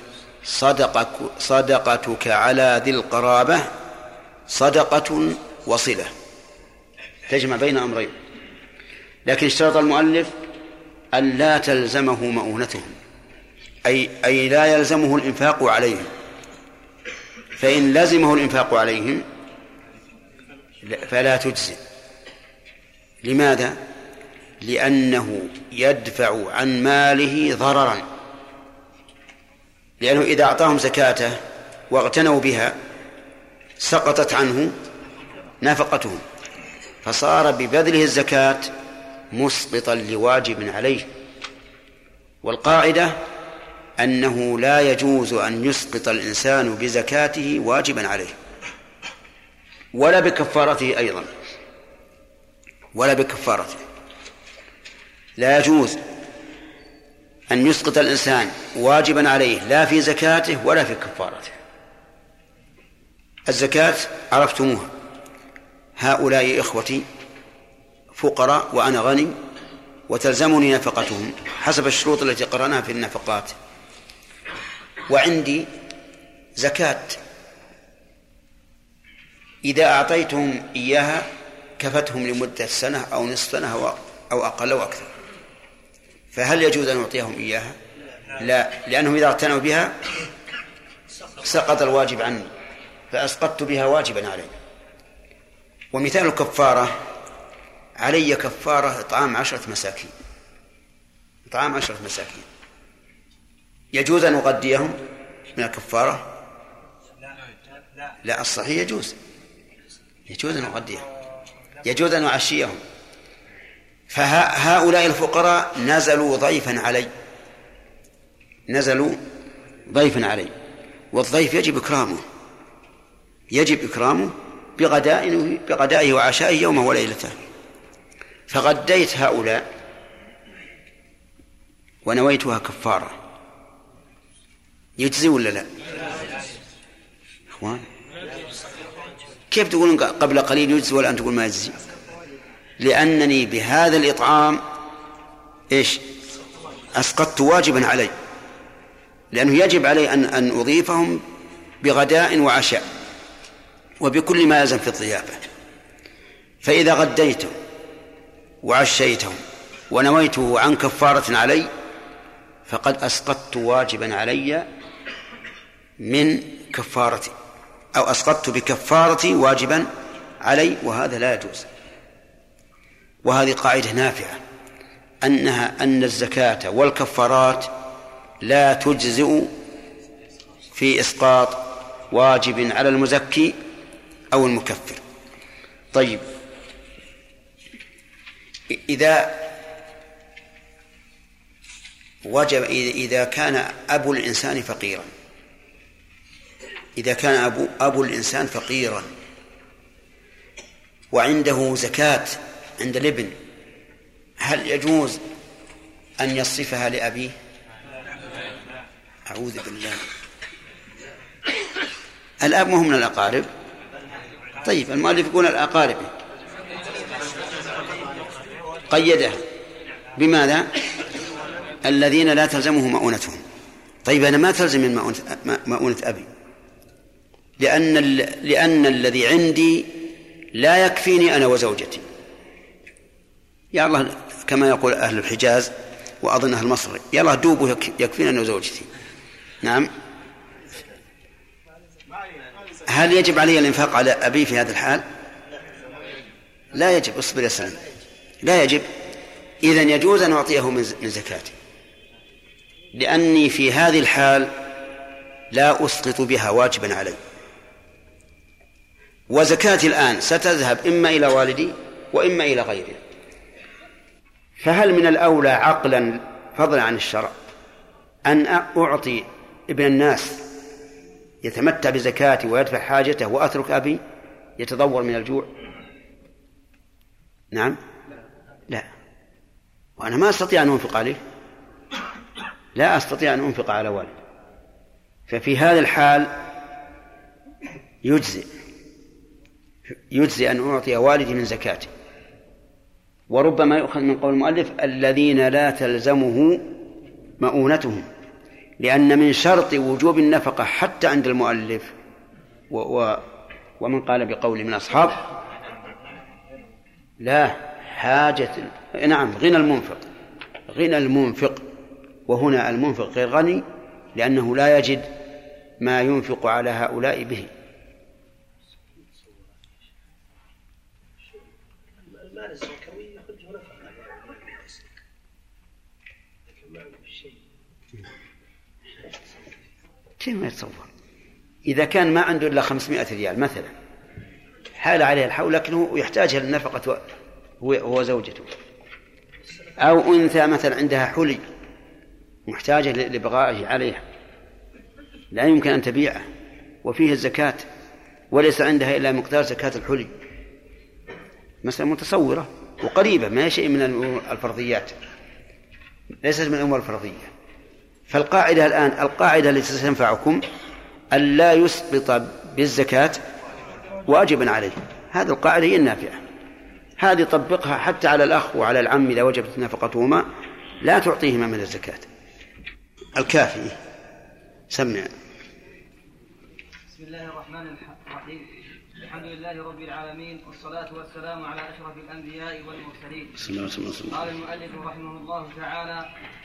صدقتك على ذي القرابة صدقة وصلة، تجمع بين أمرين. لكن اشترط المؤلف أن لا تلزمه مؤونتهم، أي لا يلزمه الإنفاق عليهم. فإن لزمه الإنفاق عليهم فلا تجزي. لماذا؟ لأنه يدفع عن ماله ضررا، لأنه إذا أعطاهم زكاته واغتنوا بها سقطت عنه نفقتهم، فصار ببذله الزكاة مسقطا لواجب عليه. والقاعدة أنه لا يجوز أن يسقط الإنسان بزكاته واجبا عليه ولا بكفارته أيضا، ولا بكفارته. لا يجوز أن يسقط الإنسان واجبا عليه لا في زكاته ولا في كفارته. الزكاة عرفتموها، هؤلاء إخوتي فقراء وأنا غني وتلزمني نفقتهم حسب الشروط التي قرأناها في النفقات، وعندي زكاة إذا أعطيتهم إياها كفتهم لمدة سنة أو نصف سنة أو أقل أو أكثر، فهل يجوز أن أعطيهم إياها؟ لا، لأنهم إذا اعتنوا بها سقط الواجب عني فأسقطت بها واجبا علي. ومثال الكفارة: علي كفارة إطعام 10 مساكين، إطعام 10 مساكين، يجوز أن أغديهم من الكفارة؟ لا، الصحيح يجوز أن أغديهم، يجوز أن أعشيهم. فهؤلاء الفقراء نزلوا ضيفا علي، والضيف يجب إكرامه بغدائه وعشائه يومه وليلته. فغديت هؤلاء ونويتها كفارة، يجزي ولا لا؟ أخوان، كيف تقولون قبل قليل يجزي والآن تقول ما يجزي؟ لأنني بهذا الإطعام أسقطت واجبا علي، لأنه يجب علي أن أضيفهم بغداء وعشاء وبكل ما يلزم في الضيافة. فإذا غديتهم وعشيتهم ونويته عن كفارة علي فقد أسقطت واجبا علي من كفارتي، أو أسقطت بكفارتي واجبا علي، وهذا لا يجوز. وهذه قاعدة نافعة، أن الزكاة والكفارات لا تجزئ في إسقاط واجب على المزكي أو المكفر. طيب، إذا كان أبو الإنسان فقيرا، إذا كان أبو الإنسان فقيرا وعنده زكاة عند الابن، هل يجوز أن يصرفها لأبيه؟ أعوذ بالله. الأب مهم من الأقارب. طيب المؤلف يقول الأقارب، قيدها بماذا؟ الذين لا تلزمه مؤونتهم. طيب أنا ما تلزم من مؤونة أبي، لأن الذي عندي لا يكفيني أنا وزوجتي. يا الله، كما يقول أهل الحجاز وأظن أهل مصر، يا الله دوبه يكفيني أنا وزوجتي. نعم. هل يجب علي الإنفاق على أبي في هذا الحال؟ لا يجب. اصبر يا سلام، لا يجب. إذن يجوز أن أعطيه من زكاتي، لأني في هذه الحال لا أسقط بها واجبا علي، وزكاتي الآن ستذهب إما إلى والدي وإما إلى غيره. فهل من الأولى عقلا فضلا عن الشرع أن أعطي ابن الناس يتمتع بزكاتي ويدفع حاجته وأترك أبي يتضور من الجوع؟ نعم. لا، وأنا ما أستطيع أن أنفق عليه، لا أستطيع أن أنفق على والد. ففي هذا الحال يجزي أن أعطي والدي من زكاته. وربما يؤخذ من قول المؤلف الذين لا تلزمه مؤونتهم، لأن من شرط وجوب النفقة حتى عند المؤلف ومن قال بقول من أصحاب لا حاجة، نعم، غنى المنفق، وهنا المنفق غير غني لأنه لا يجد ما ينفق على هؤلاء به. كيف ما يتصور؟ إذا كان ما عنده إلا 500 ريال مثلا، حال عليه الحول لكنه يحتاجها للنفقة هو زوجته، أو أنثى مثلا عندها حلي محتاجة لبغائه عليها، لا يمكن أن تبيعه وفيه الزكاة وليس عندها إلا مقدار زكاة الحلي، مثلا متصورة وقريبة، ما شيء من الفرضيات، ليست من الأمور الفرضية. فالقاعدة الآن، القاعدة التي ستنفعكم ألا يسقط بالزكاة واجبا عليه، هذه القاعدة هي النافعة. هذه طبقها حتى على الأخ وعلى العم إذا وجبت نفقتهما، لا تعطيهما من الزكاة. الكافي سمع. بسم الله الرحمن الرحيم. الحمد لله رب العالمين، والصلاة والسلام على أشرف الأنبياء والمرسلين. قال المؤلف رحمه الله تعالى: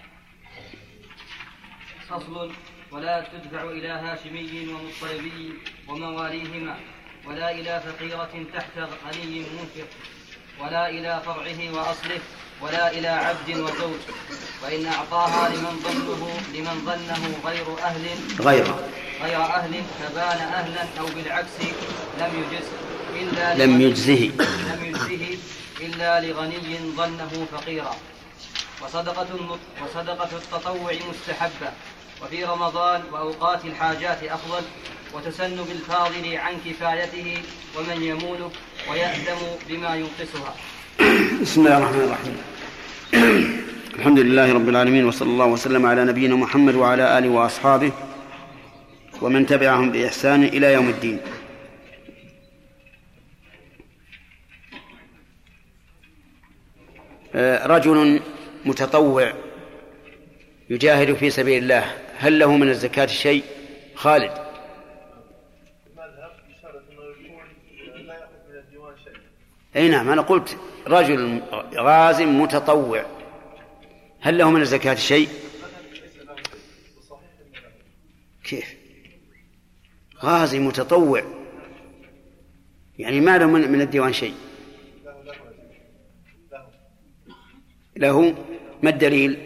فصل: ولا تدفع إلى هاشمي ومطلبي ومواليهما، ولا إلى فقيرة تحت غني منفق، ولا إلى فرعه وأصله، ولا إلى عبد وزوج. وإن أعطاها لمن ظنه غير أهل فبان أهلا أو بالعكس لم يجزه إلا لغني ظنه فقيرا. وصدقة التطوع مستحبة، وفي رمضان وأوقات الحاجات أفضل، وتسن بالفاضل عن كفايته ومن يمولك ويأثم بما ينقصها. بسم الله الرحمن الرحيم. الحمد لله رب العالمين، وصلى الله وسلم على نبينا محمد وعلى آله وأصحابه ومن تبعهم بإحسان إلى يوم الدين. رجل متطوع يجاهد في سبيل الله، هل له من الزكاة شيء؟ خالد. أي نعم، أنا قلت رجل غاز متطوع، هل له من الزكاة شيء؟ كيف غازي متطوع يعني ما له من الديوان شيء؟ له. ما الدليل؟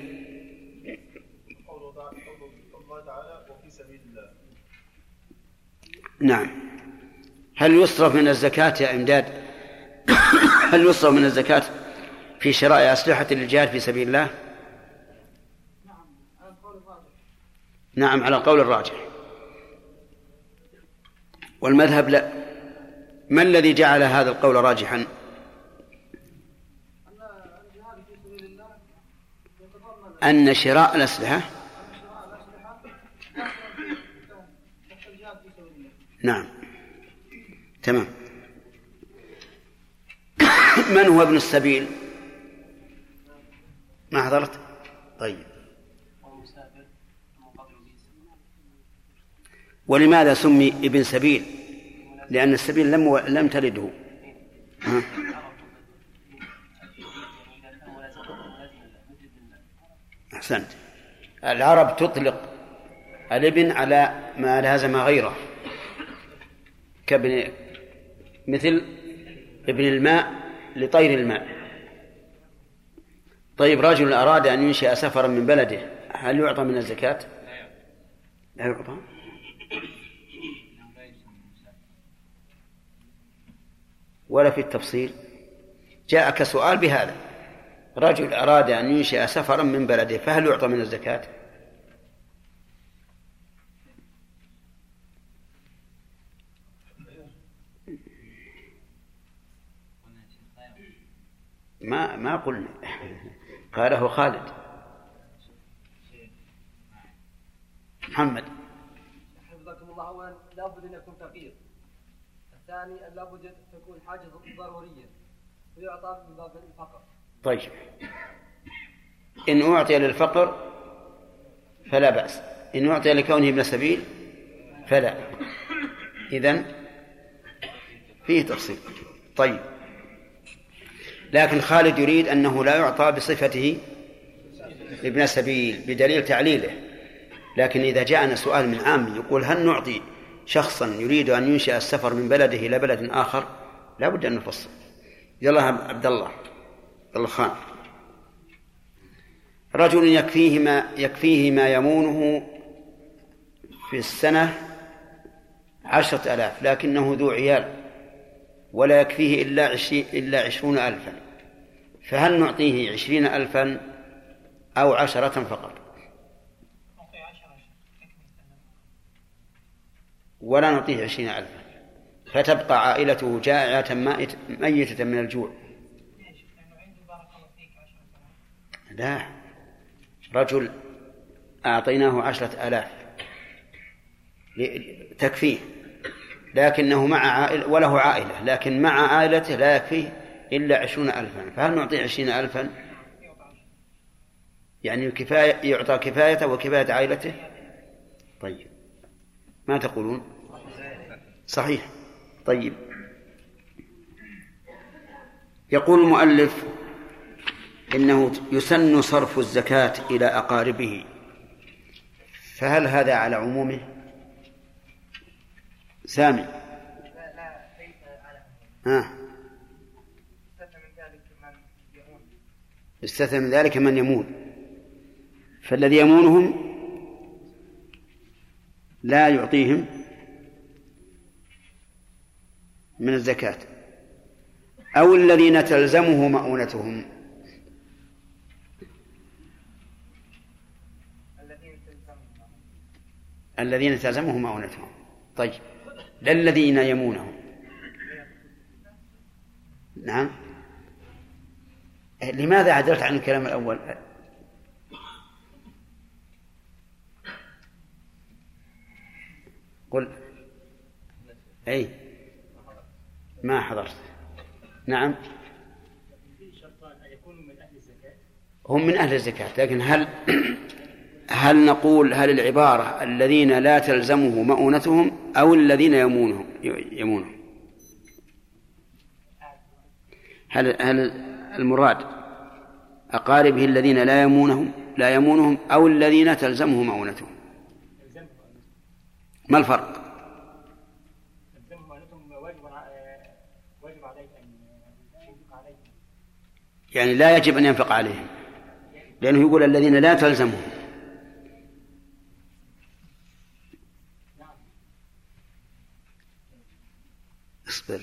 نعم. هل يصرف من الزكاة يا إمداد؟ هل يصرف من الزكاة في شراء أسلحة للجهاد في سبيل الله؟ نعم، على القول الراجح، والمذهب لا، ما الذي جعل هذا القول راجحا؟ أن شراء الأسلحة نعم تمام. من هو ابن السبيل؟ ما حضرت؟ طيب. ولماذا سمي ابن سبيل؟ لأن السبيل لم تلده. أحسنت. العرب تطلق الابن على ما لازم غيره، مثل ابن الماء لطير الماء. طيب، رجل أراد أن ينشئ سفرا من بلده، هل يعطى من الزكاة؟ لا يعطى. ولا في التفصيل. جاءك سؤال بهذا: رجل أراد أن ينشئ سفرا من بلده، فهل يعطى من الزكاة؟ ما قلنا. قاله خالد. محمد. حفظكم الله. أولا لابد أن يكون فقير. الثاني لابد أن تكون حاجة ضرورية ويعطى من باب الفقر. طيب، إن أعطي للفقر فلا بأس، إن أعطي لكونه ابن سبيل فلا. إذن فيه تفصيل. طيب، لكن خالد يريد أنه لا يعطى بصفته ابن سبيل بدليل تعليله. لكن إذا جاءنا سؤال من عام يقول: هل نعطي شخصا يريد أن ينشئ السفر من بلده إلى بلد آخر؟ لا بد أن نفصل. يلا عبد الله خان. رجل يكفيه ما يمونه في السنة 10,000، لكنه ذو عيال ولا يكفيه إلا 20,000، فهل نعطيه 20,000 أو 10 فقط؟ ولا نعطيه 20,000، فتبقى عائلته جائعة ميتة من الجوع. لا، رجل أعطيناه 10,000 تكفيه، لكنه مع عائلة وله عائلة، لكن مع عائلته لا يكفيه إلا 20,000، فهل نعطيه 20,000؟ يعني يعطى كفايته وكفاية عائلته. طيب، ما تقولون؟ صحيح. طيب، يقول المؤلف: إنه يسن صرف الزكاة إلى أقاربه، فهل هذا على عمومه؟ سامي. لا ليس على عمومه. استثنى من ذلك من يمون، فالذي يمونهم لا يعطيهم من الزكاة، أو الذين تلزمه مؤونتهم. الذين تلزمه مؤونتهم. طيب، لا الذين يمونهم. نعم. لماذا عدلت عن الكلام الأول؟ قل. أي ما حضرت. نعم، هم من أهل الزكاة، لكن هل نقول هل العبارة الذين لا تلزمه مؤونتهم أو الذين يمونهم؟ هل المراد أقاربه الذين لا يمونهم أو الذين تلزمه مؤونتهم؟ ما الفرق؟ يعني لا يجب أن ينفق عليهم، لأنه يقول الذين لا تلزمهم. اصبر.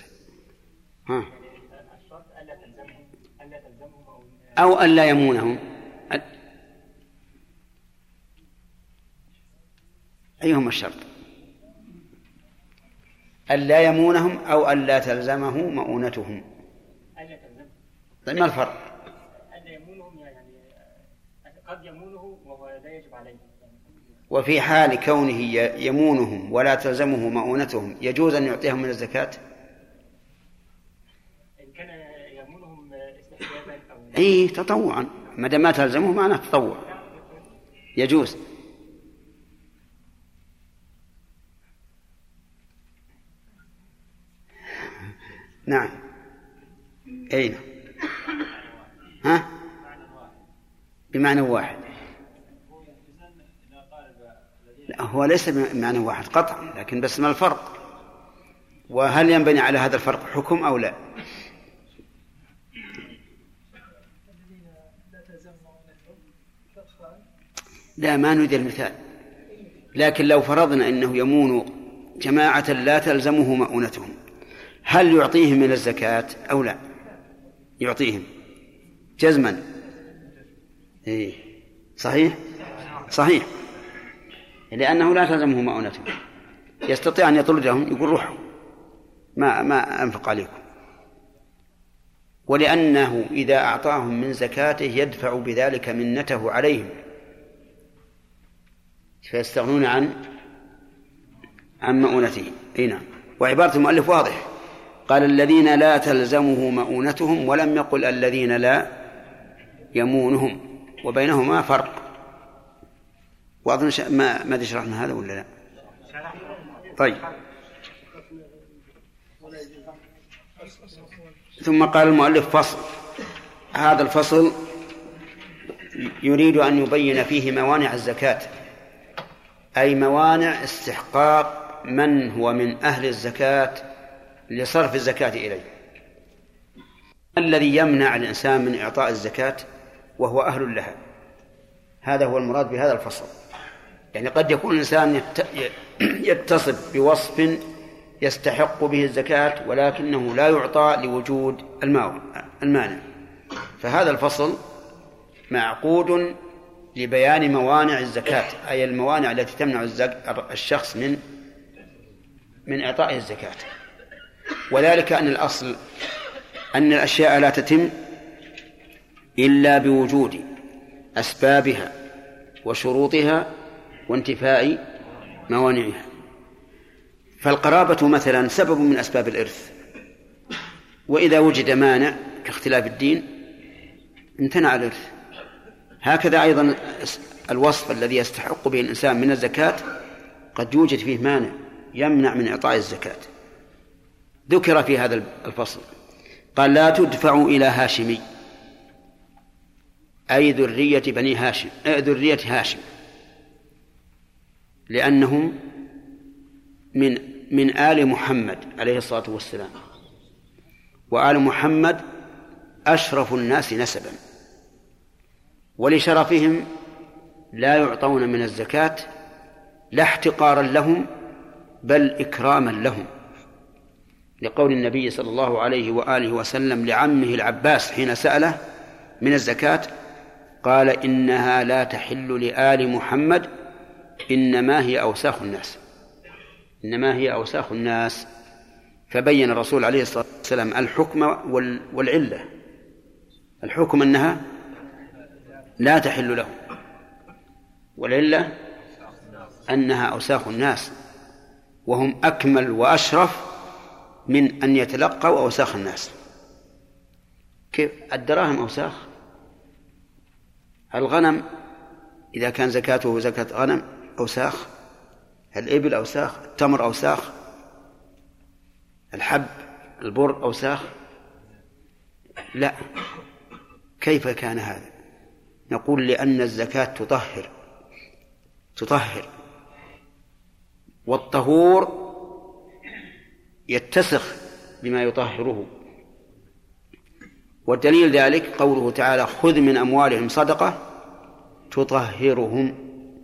أو أن لا يمونهم. أيهما الشرط؟ ألا يمونهم أو ألا تلزمه مؤونتهم. ألا تلزمه. طيب ما الفرق؟ ألا يمونهم يعني قد يمونه وهو لا يجب عليه. وفي حال كونه يمونهم ولا تلزمه مؤونتهم يجوز أن يعطيهم من الزكاة؟ إن كان يمونهم استحبابا أو أي تطوعا، ما دام ما تلزمه معناه تطوع يجوز. نعم. أين؟ ها؟ بمعنى واحد. لا هو ليس بمعنى واحد قطعا، لكن بس ما الفرق؟ وهل ينبني على هذا الفرق حكم أو لا؟ لا ما نريد المثال، لكن لو فرضنا أنه يمون جماعة لا تلزمه مؤونتهم هل يعطيهم من الزكاة أو لا؟ يعطيهم جزما. إيه صحيح صحيح، لأنه لا تلزمه مؤونتهم، يستطيع أن يطردهم يقول روحوا ما أنفق عليكم، ولأنه إذا أعطاهم من زكاته يدفع بذلك منته عليهم فيستغنون عن مؤونته. أي نعم. وعبارة المؤلف واضح، قال الذين لا تلزمه مؤونتهم ولم يقل الذين لا يمونهم، وبينهما فرق. وأظن ما شرحنا هذا ولا لا؟ طيب. ثم قال المؤلف فصل. هذا الفصل يريد أن يبين فيه موانع الزكاة، أي موانع استحقاق من هو من أهل الزكاة لصرف الزكاة إليه. الذي يمنع الإنسان من إعطاء الزكاة وهو أهل لها، هذا هو المراد بهذا الفصل. يعني قد يكون الإنسان يتصف بوصف يستحق به الزكاة ولكنه لا يعطى لوجود المانع، فهذا الفصل معقود لبيان موانع الزكاة، أي الموانع التي تمنع الشخص من إعطاء الزكاة. وذلك أن الأصل أن الأشياء لا تتم إلا بوجود أسبابها وشروطها وانتفاء موانعها. فالقرابة مثلا سبب من أسباب الإرث، وإذا وجد مانع كاختلاف الدين امتنع الإرث. هكذا أيضا الوصف الذي يستحق به الإنسان من الزكاة قد يوجد فيه مانع يمنع من إعطاء الزكاة، ذكر في هذا الفصل. قال لا تدفع إلى هاشمي، أي ذرية بني هاشم، ذرية هاشم، لأنهم من آل محمد عليه الصلاة والسلام، وآل محمد أشرف الناس نسبا، ولشرفهم لا يعطون من الزكاة لا احتقارا لهم بل إكراما لهم، لقول النبي صلى الله عليه وآله وسلم لعمه العباس حين سأله من الزكاة قال إنها لا تحل لآل محمد إنما هي أوساخ الناس، إنما هي أوساخ الناس. فبين الرسول عليه الصلاة والسلام الحكم والعلة. الحكم أنها لا تحل له، والعلة أنها أوساخ الناس، وهم أكمل وأشرف من أن يتلقوا أوساخ الناس. كيف؟ الدراهم أوساخ، الغنم إذا كان زكاته زكاة غنم أوساخ، الإبل أوساخ، التمر أوساخ، الحب البر أوساخ. لا، كيف كان هذا؟ نقول لأن الزكاة تطهر، والطهور يتسخ بما يطهره. والدليل ذلك قوله تعالى خذ من أموالهم صدقة تطهرهم.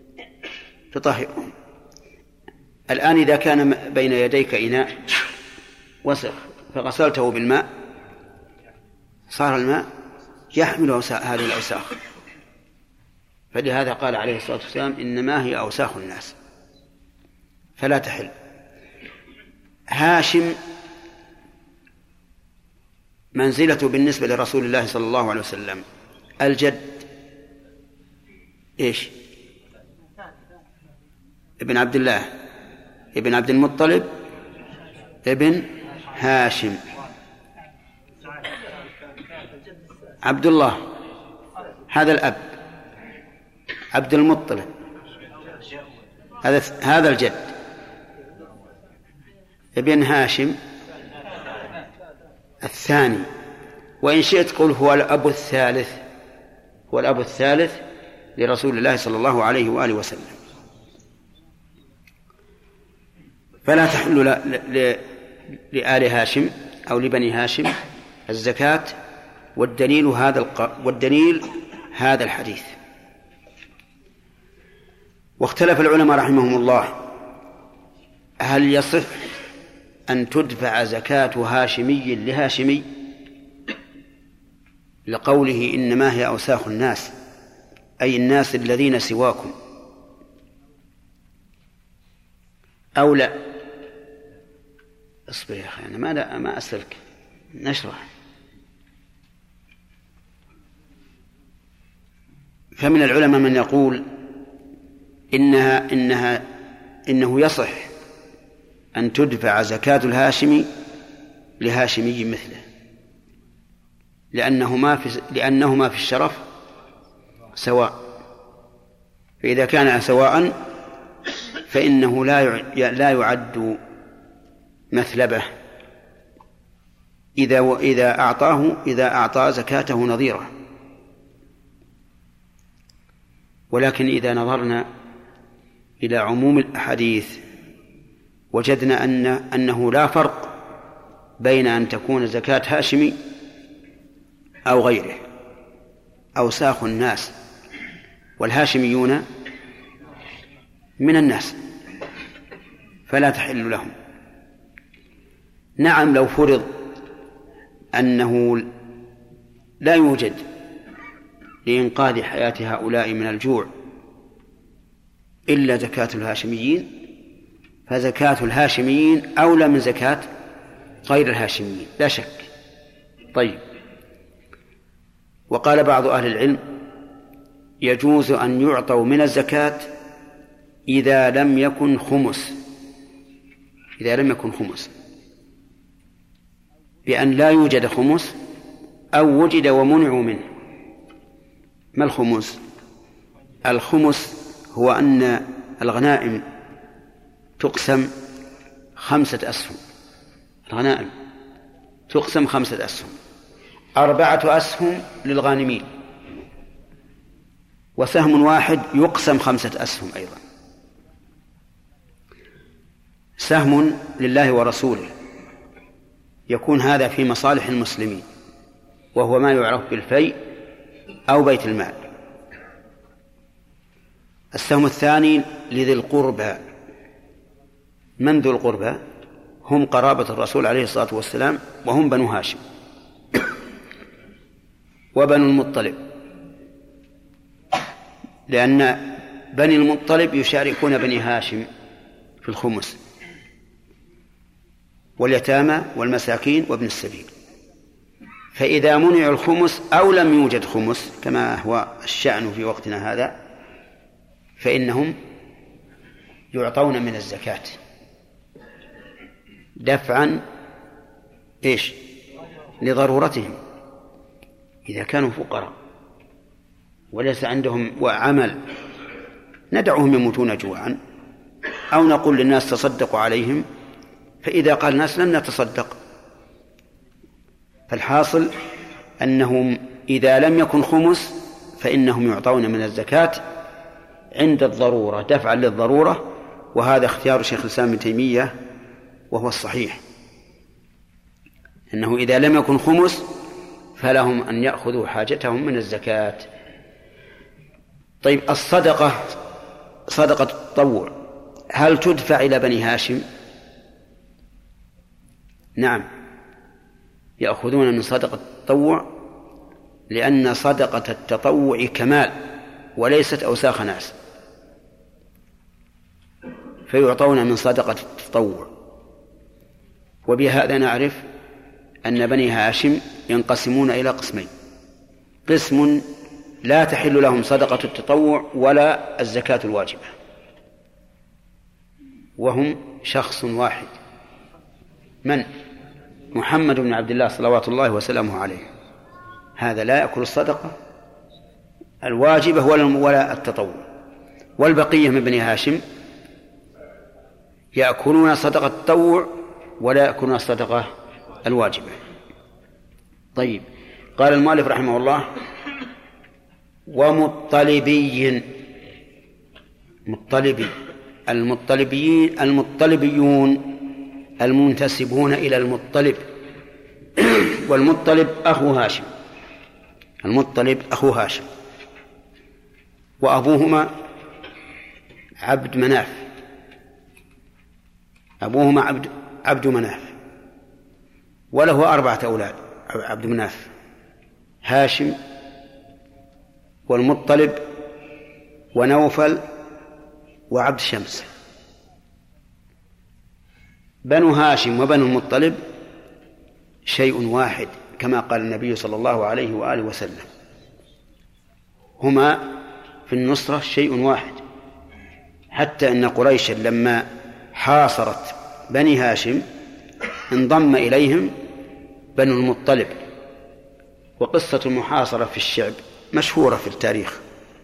الآن إذا كان بين يديك إناء وسخ فغسلته بالماء صار الماء يحمل هذه الأوساخ، فلهذا قال عليه الصلاة والسلام إنما هي أوساخ الناس فلا تحل. هاشم منزلته بالنسبة لرسول الله صلى الله عليه وسلم الجد إيش؟ ابن عبد الله ابن عبد المطلب ابن هاشم. عبد الله هذا الأب، عبد المطلب هذا الجد، ابن هاشم الثاني، وإن شئت قل هو الأب الثالث، هو الأب الثالث لرسول الله صلى الله عليه وآله وسلم. فلا تحل لآل هاشم أو لبني هاشم الزكاة، والدليل هذا الحديث. واختلف العلماء رحمهم الله هل يصح أن تدفع زكاة هاشمي لهاشمي لقوله إنما هي أوساخ الناس، أي الناس الذين سواكم، أو لا. اصبر يا أخي، أنا ما أسألك، نشرح. فمن العلماء من يقول إنه يصح أن تدفع زكاة الهاشمي لهاشمي مثله، لأنهما في الشرف سواء، فإذا كان سواء فإنه لا يعد مثلبة إذا أعطى زكاته نظيرة. ولكن إذا نظرنا إلى عموم الأحاديث وجدنا أنه لا فرق بين أن تكون زكاة هاشمي أو غيره. أوساخ الناس، والهاشميون من الناس فلا تحل لهم. نعم، لو فرض أنه لا يوجد لإنقاذ حياة هؤلاء من الجوع إلا زكاة الهاشميين، فزكاة الهاشميين أولى من زكاة غير الهاشميين لا شك. طيب، وقال بعض أهل العلم يجوز أن يعطوا من الزكاة إذا لم يكن خمس، بأن لا يوجد خمس أو وجد ومنعوا منه. ما الخمس؟ الخمس هو أن الغنائم تقسم 5 أسهم، الغنائم تقسم 5 أسهم، 4 أسهم للغانمين، وسهم واحد يقسم 5 أسهم أيضا، سهم لله ورسوله، يكون هذا في مصالح المسلمين وهو ما يعرف بالفيء أو بيت المال. السهم الثاني لذي القربى. من ذو القربى؟ هم قرابة الرسول عليه الصلاة والسلام، وهم بنو هاشم وبنو المطلب، لأن بني المطلب يشاركون بني هاشم في الخمس، واليتامى والمساكين وابن السبيل. فإذا منع الخمس أو لم يوجد خمس كما هو الشأن في وقتنا هذا، فإنهم يعطون من الزكاة دفعا لضرورتهم. إذا كانوا فقراء وليس عندهم عمل ندعهم يموتون جوعا، أو نقول للناس تصدقوا عليهم، فإذا قال الناس لن نتصدق. فالحاصل أنهم إذا لم يكن خمس فإنهم يعطون من الزكاة عند الضرورة دفعا للضرورة، وهذا اختيار شيخ الإسلام ابن تيمية وهو الصحيح، أنه إذا لم يكن خمس فلهم أن يأخذوا حاجتهم من الزكاة. طيب، الصدقة، صدقة التطوع، هل تدفع إلى بني هاشم؟ نعم، يأخذون من صدقة التطوع، لأن صدقة التطوع كمال وليست أوساخ ناس، فيعطون من صدقة التطوع. وبهذا نعرف أن بني هاشم ينقسمون إلى قسمين: قسم لا تحل لهم صدقة التطوع ولا الزكاة الواجبة، وهم شخص واحد، من؟ محمد بن عبد الله صلوات الله وسلامه عليه، هذا لا يأكل الصدقة الواجبة ولا التطوع. والبقية من بني هاشم يأكلون صدقة التطوع ولا يأكلون الصدقة الواجبة. طيب، قال المؤلف رحمه الله: ومطلبي. مطلبي، المطلبيون المنتسبون إلى المطلب، والمطلب أخو هاشم، المطلب أخو هاشم، وأبوهما عبد مناف، أبوهما عبد مناف، وله 4 أولاد: عبد مناف، هاشم، والمطلب، ونوفل، وعبد شمس. بنو هاشم وبنو المطلب شيء واحد، كما قال النبي صلى الله عليه وآله وسلم: هما في النصرة شيء واحد. حتى أن قريشا لما حاصرت بني هاشم انضم إليهم بنو المطلب، وقصة المحاصرة في الشعب مشهورة في التاريخ.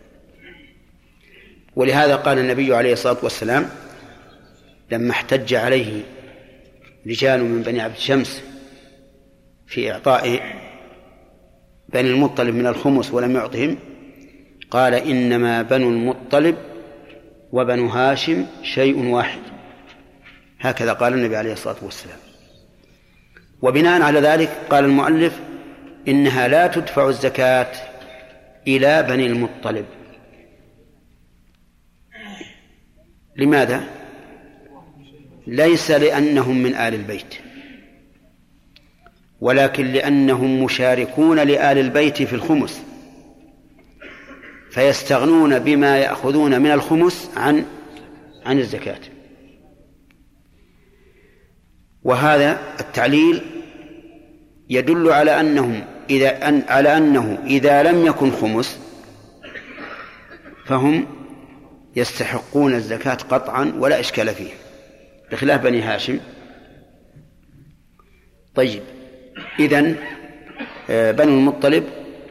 ولهذا قال النبي عليه الصلاة والسلام لما احتج عليه رجال من بني عبد شمس في إعطاء بني المطلب من الخمس ولم يعطهم، قال: إنما بنو المطلب وبنو هاشم شيء واحد. هكذا قال النبي عليه الصلاة والسلام. وبناء على ذلك قال المؤلف: إنها لا تدفع الزكاة إلى بني المطلب. لماذا؟ ليس لأنهم من آل البيت، ولكن لأنهم مشاركون لآل البيت في الخمس، فيستغنون بما يأخذون من الخمس عن الزكاة. وهذا التعليل يدل على أنه إذا لم يكن خمس فهم يستحقون الزكاة قطعا ولا إشكال فيه، بخلاف بني هاشم. طيب، إذن بنو المطلب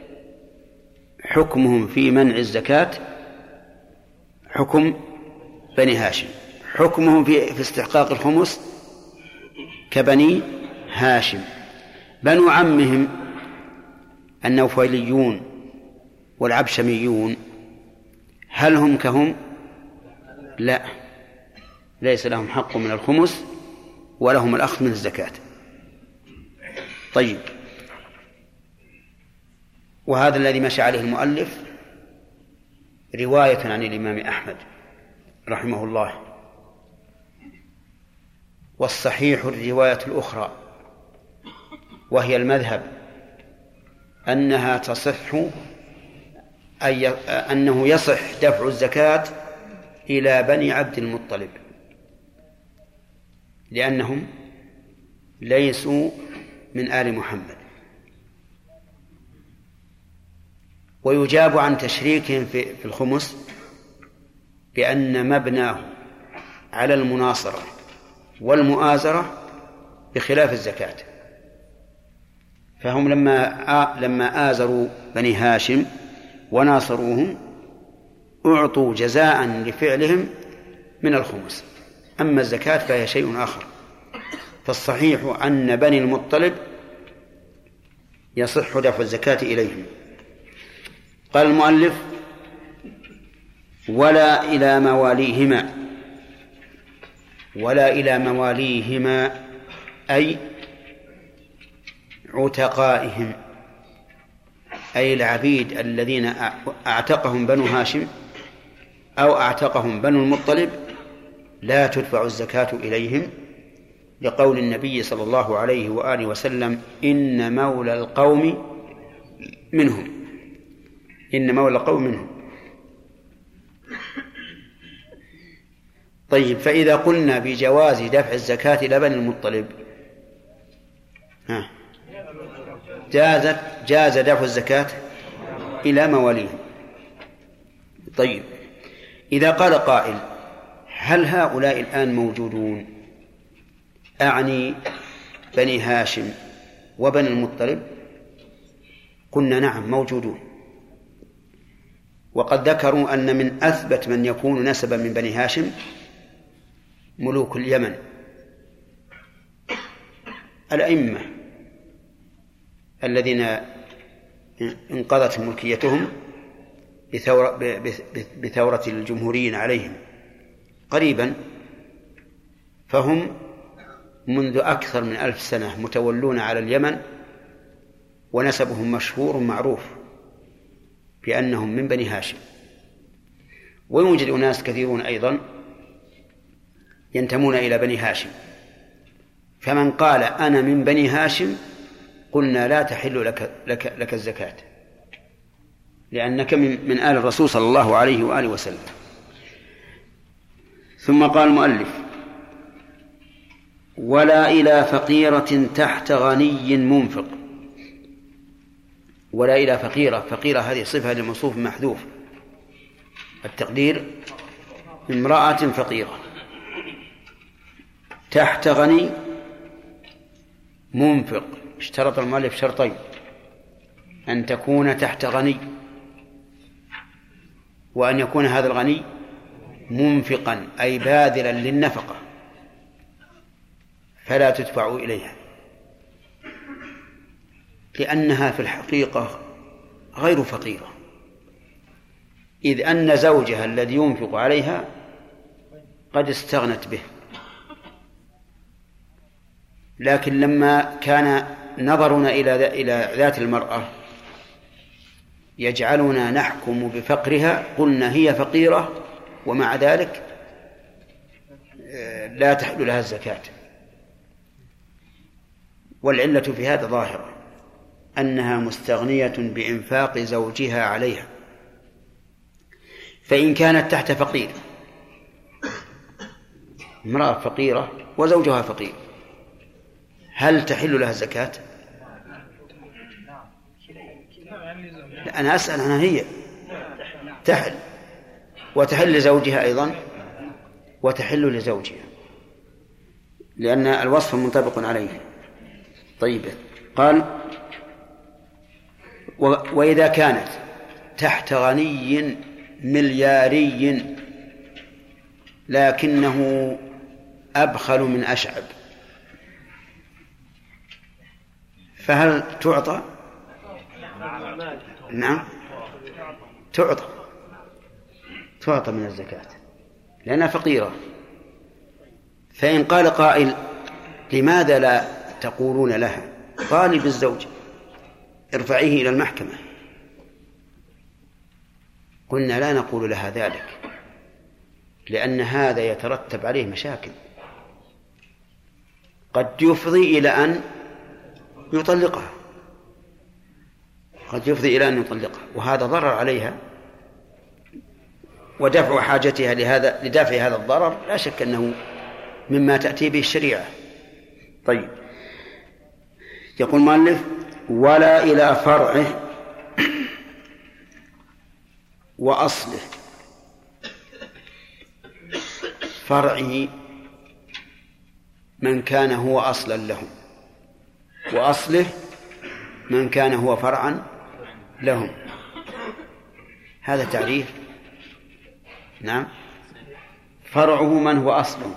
حكمهم في منع الزكاة حكم بني هاشم، حكمهم في استحقاق الخمس كبني هاشم. بنو عمهم النوفليون والعبشميون هل هم كهم؟ لا، ليس لهم حق من الخمس ولهم الأخذ من الزكاة. طيب، وهذا الذي مشى عليه المؤلف رواية عن الإمام أحمد رحمه الله. والصحيح الرواية الأخرى وهي المذهب أنها تصح، أنه يصح دفع الزكاة إلى بني عبد المطلب، لأنهم ليسوا من آل محمد. ويجاب عن تشريكهم في الخمس بأن مبناه على المناصرة والمؤازرة بخلاف الزكاة. فهم لما آزروا بني هاشم وناصروهم أعطوا جزاء لفعلهم من الخمس، أما الزكاة فهي شيء آخر. فالصحيح أن بني المطلب يصح دفع الزكاة إليهم. قال المؤلف: ولا إلى مواليهما. ولا إلى مواليهما أي عتقائهم، أي العبيد الذين أعتقهم بنو هاشم أو أعتقهم بنو المطلب لا تدفع الزكاة إليهم، لقول النبي صلى الله عليه وآله وسلم: إن مولى القوم منهم، إن مولى القوم منهم. طيب، فإذا قلنا بجواز دفع الزكاة إلى بني المطلب جاز دفع الزكاة إلى مواليهم. طيب، إذا قال قائل هل هؤلاء الآن موجودون؟ أعني بني هاشم وبني المطلب. قلنا نعم موجودون، وقد ذكروا أن من أثبت من يكون نسبا من بني هاشم ملوك اليمن الأئمة الذين انقضت ملكيتهم بثورة الجمهوريين عليهم قريبا، فهم منذ أكثر من 1000 سنة متولون على اليمن، ونسبهم مشهور معروف بأنهم من بني هاشم. ويوجد أناس كثيرون أيضا ينتمون إلى بني هاشم، فمن قال أنا من بني هاشم قلنا لا تحل لك الزكاة، لأنك من آل الرسول صلى الله عليه وآله وسلم. ثم قال المؤلف ولا إلى فقيرة تحت غني منفق. ولا إلى فقيرة هذه صفة لموصوف محذوف، التقدير امرأة فقيرة تحت غني منفق. اشترط المؤلف شرطين: أن تكون تحت غني، وأن يكون هذا الغني منفقا أي باذلا للنفقة فلا تدفع إليها، لأنها في الحقيقة غير فقيرة، إذ أن زوجها الذي ينفق عليها قد استغنت به. لكن لما كان نظرنا إلى ذات المرأة يجعلنا نحكم بفقرها قلنا هي فقيرة، ومع ذلك لا تحل لها الزكاة. والعلة في هذا ظاهرة، أنها مستغنية بإنفاق زوجها عليها. فإن كانت تحت فقير، امرأة فقيرة وزوجها فقير، هل تحل لها الزكاة؟ لا، أنا أسأل عنها. هي تحل، وتحل لزوجها أيضا، وتحل لزوجها، لأن الوصف منطبق عليه. طيب، قال وإذا كانت تحت غني ملياري لكنه أبخل من أشعب، فهل تعطى؟ نعم تعطى من الزكاة لأنها فقيرة. فإن قال قائل لماذا لا تقولون لها طالب الزوج ارفعيه إلى المحكمة؟ قلنا لا نقول لها ذلك، لأن هذا يترتب عليه مشاكل، قد يفضي إلى أن يطلقها، وهذا ضرر عليها، ودفع حاجتها لدافع هذا الضرر لا شك أنه مما تأتي به الشريعة. طيب، يقول المؤلف ولا إلى فرعه وأصله. فرعه من كان هو أصلا له، وأصله من كان هو فرعا لهم. هذا تعريف. نعم، فرعه من هو أصلهم،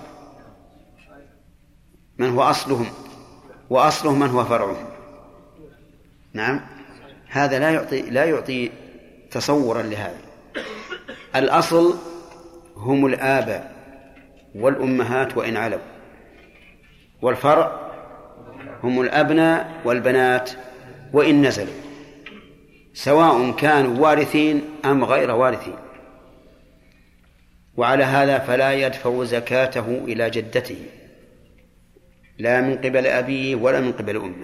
من هو أصلهم، وأصله من هو فرعهم. نعم، هذا لا يعطي تصورا لهذا. الأصل هم الآباء والأمهات وإن علوا، والفرع هم الأبناء والبنات وإن نزلوا، سواء كانوا وارثين أم غير وارثين. وعلى هذا فلا يدفع زكاته إلى جدته، لا من قبل أبيه ولا من قبل أمه،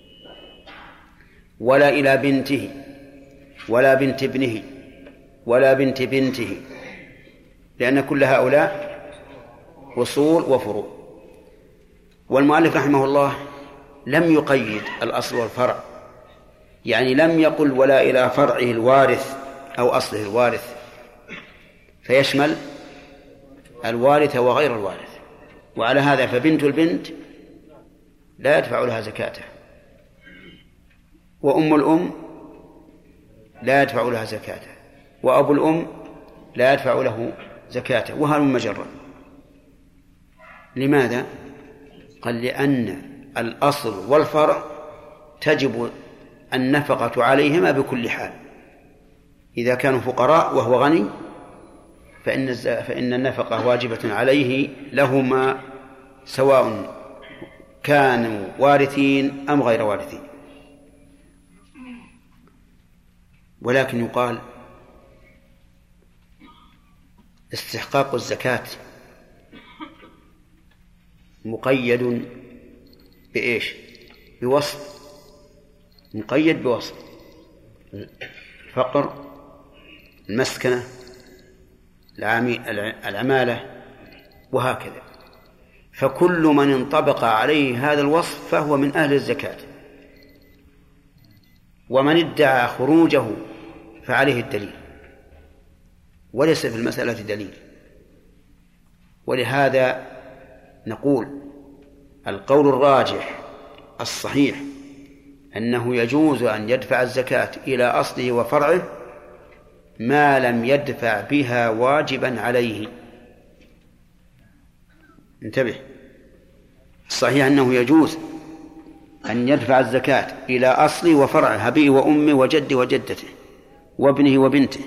ولا إلى بنته ولا بنت ابنه ولا بنت بنته، لأن كل هؤلاء أصول وفروع. والمؤلف رحمه الله لم يقيد الأصل والفرع، يعني لم يقل ولا إلى فرعه الوارث أو أصله الوارث، فيشمل الوارث وغير الوارث. وعلى هذا فبنت البنت لا يدفع لها زكاته، وأم الأم لا يدفع لها زكاته، وأبو الأم لا يدفع له زكاته، وهلم مجرا. لماذا؟ قال لأن الأصل والفرع تجب النفقة عليهما بكل حال. إذا كانوا فقراء وهو غني فإن النفقة واجبة عليه لهما سواء كانوا وارثين أم غير وارثين. ولكن يقال استحقاق الزكاة مقيد بإيش؟ بوصف، مقيد بوصف: الفقر، المسكنة، العمالة، وهكذا. فكل من انطبق عليه هذا الوصف فهو من أهل الزكاة، ومن ادعى خروجه فعليه الدليل، وليس في المسألة دليل. ولهذا نقول القول الراجح الصحيح أنه يجوز أن يدفع الزكاة إلى أصله وفرعه ما لم يدفع بها واجبا عليه. انتبه، الصحيح أنه يجوز أن يدفع الزكاة إلى أصله وفرعه، أبيه وأمه وجده وجدته وابنه وبنته،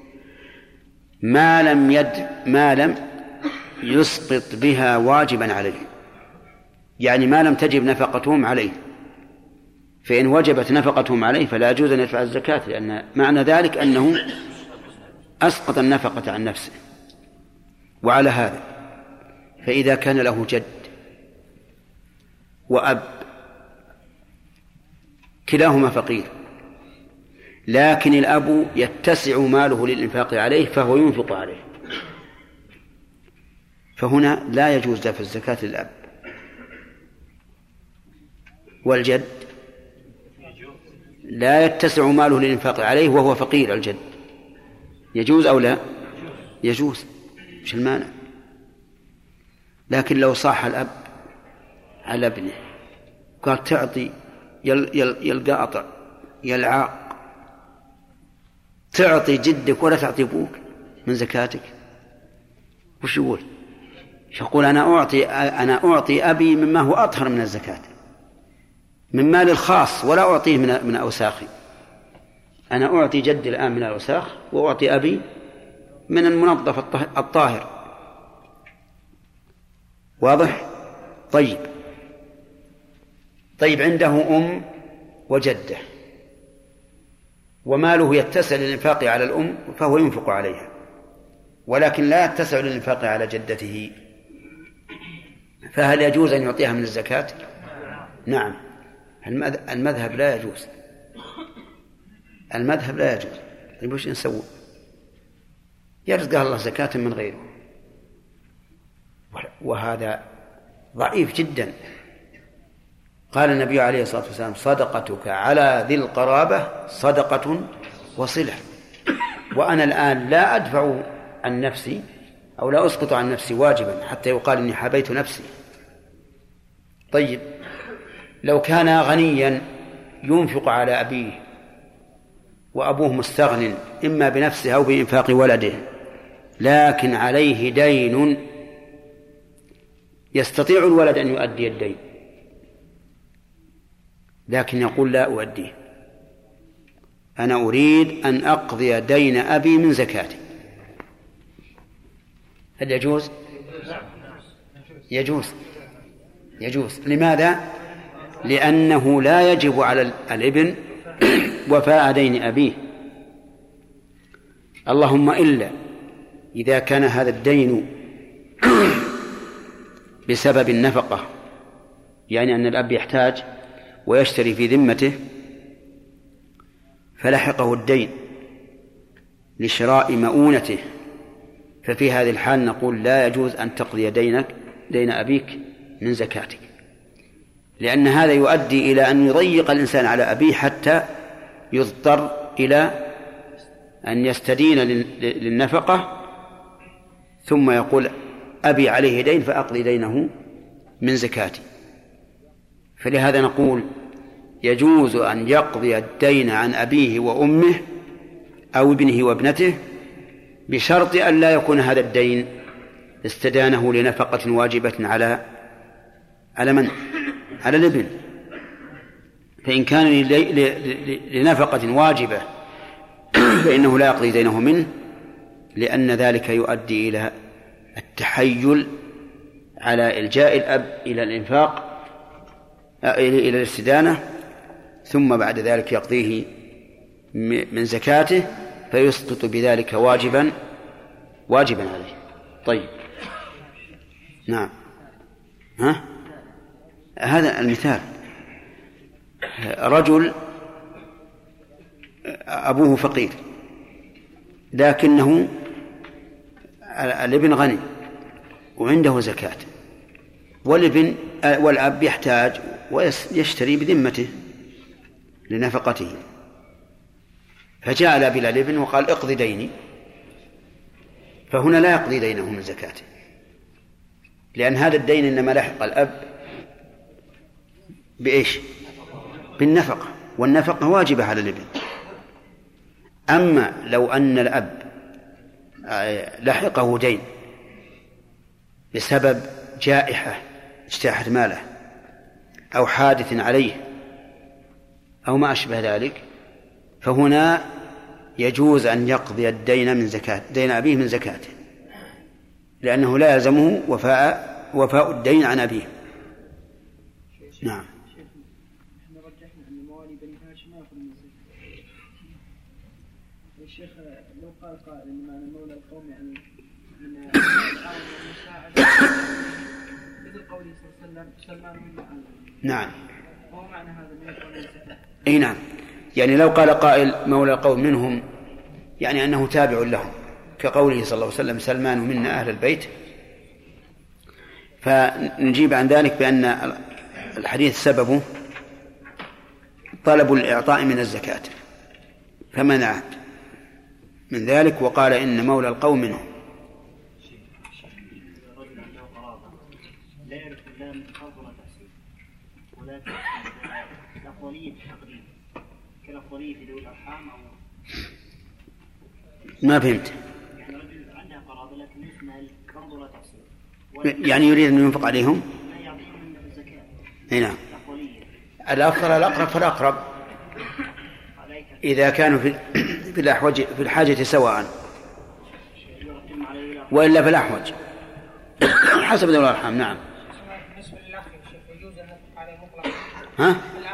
ما لم يسقط بها واجبا عليه، يعني ما لم تجب نفقتهم عليه. فإن وجبت نفقتهم عليه فلا يجوز أن يدفع الزكاة، لأن معنى ذلك أنه أسقط النفقة عن نفسه. وعلى هذا فإذا كان له جد وأب كلاهما فقير، لكن الأب يتسع ماله للإنفاق عليه فهو ينفق عليه، فهنا لا يجوز دفع الزكاة للأب. والجد لا يتسع ماله للإنفاق عليه وهو فقير، الجد يجوز أو لا؟ يجوز، مش المانع. لكن لو صاح الأب على ابنه قال تعطي يلقاطع يلعاق، تعطي جدك ولا تعطي أبوك من زكاتك، وش يقول؟ يقول أنا أعطي أبي مما هو أطهر من الزكاة، من مال الخاص، ولا أعطيه من أوساخي. أنا أعطي جدي الآن من الأوساخ، وأعطي أبي من المنظف الطاهر. واضح؟ طيب عنده أم وجدة وماله يتسع للإنفاق على الأم فهو ينفق عليها، ولكن لا يتسع للإنفاق على جدته، فهل يجوز أن يعطيها من الزكاة؟ نعم. المذهب لا يجوز، المذهب لا يجوز. طيب وش نسوي؟ يرزقها الله زكاة من غيره، وهذا ضعيف جدا. قال النبي عليه الصلاة والسلام: صدقتك على ذي القرابة صدقة وصلة. وأنا الآن لا أدفع عن نفسي أو لا أسقط عن نفسي واجبا حتى يقال إني حبيت نفسي. طيب لو كان غنيا ينفق على أبيه وأبوه مستغن إما بنفسه أو بإنفاق ولده، لكن عليه دين يستطيع الولد أن يؤدي الدين، لكن يقول لا أؤديه، أنا أريد أن أقضي دين أبي من زكاتي، هل يجوز؟ يجوز. لماذا؟ لأنه لا يجب على الابن وفاء دين أبيه، اللهم إلا إذا كان هذا الدين بسبب النفقة، يعني أن الأب يحتاج ويشتري في ذمته فلحقه الدين لشراء مؤونته، ففي هذه الحال نقول لا يجوز أن تقضي دين أبيك من زكاتك. لأن هذا يؤدي إلى أن يضيق الإنسان على أبيه حتى يضطر إلى أن يستدين للنفقة ثم يقول أبي عليه دين فأقضي دينه من زكاتي. فلهذا نقول يجوز أن يقضي الدين عن أبيه وأمه أو ابنه وابنته بشرط أن لا يكون هذا الدين استدانه لنفقة واجبة على من؟ على الابن. فإن كان لنفقة واجبة فإنه لا يقضي دينه منه، لأن ذلك يؤدي إلى التحيل على إلجاء الأب إلى الإنفاق إلى الاستدانة، ثم بعد ذلك يقضيه من زكاته فيسقط بذلك واجبا عليه. طيب نعم. هذا المثال. رجل أبوه فقير لكنه الابن غني وعنده زكاة، والأب يحتاج ويشتري بذمته لنفقته، فجاء الأب إلى الابن وقال اقضي ديني، فهنا لا يقضي دينه من زكاته، لأن هذا الدين إنما لحق الأب بإيش؟ بالنفقة، والنفقة واجبة على الابن. أما لو أن الأب لحقه دين بسبب جائحة اجتاحت ماله أو حادث عليه أو ما أشبه ذلك، فهنا يجوز أن يقضي الدين من زكاة دين أبيه من زكاته، لأنه لا يلزمه وفاء الدين عن أبيه. نعم. احنا رجحنا أن موالي بني هاشم ما يأخذ من الزكاة. الشيخ لو قال قائل أن معنى مولى القوم يعني من العون والمساعدة مثل قوله صلى الله عليه وسلم سلمان من معاذ. نعم. وهو معنى هذا من يقول الزكاة. أي نعم، يعني لو قال قائل مولى القوم منهم يعني أنه تابع لهم، كقوله صلى الله عليه وسلم سلمان منا أهل البيت، فنجيب عن ذلك بأن الحديث سببه طلب الإعطاء من الزكاة فمنع من ذلك وقال إن مولى القوم منهم. لا يعرف الله من فرض ولا تحصيل، ولكن الأفضلية في التقديم كالأفضلية في ذوي الأرحام أو ما فهمت. يعني رجل عندها قرابة لكن اسمها فرض ولا تحصيل، يعني يريد أن ينفق عليهم. لا يعطيهم من الزكاة. نعم. الأفضلية. الأفضل الأقرب فالأقرب إذا كانوا في الحاجة سواء، وإلا في الأحوج حسب ذوي الأرحام. نعم. بالنسبة للأخ يجوز أن ننفق عليه مطلقا. ها؟ الأخ.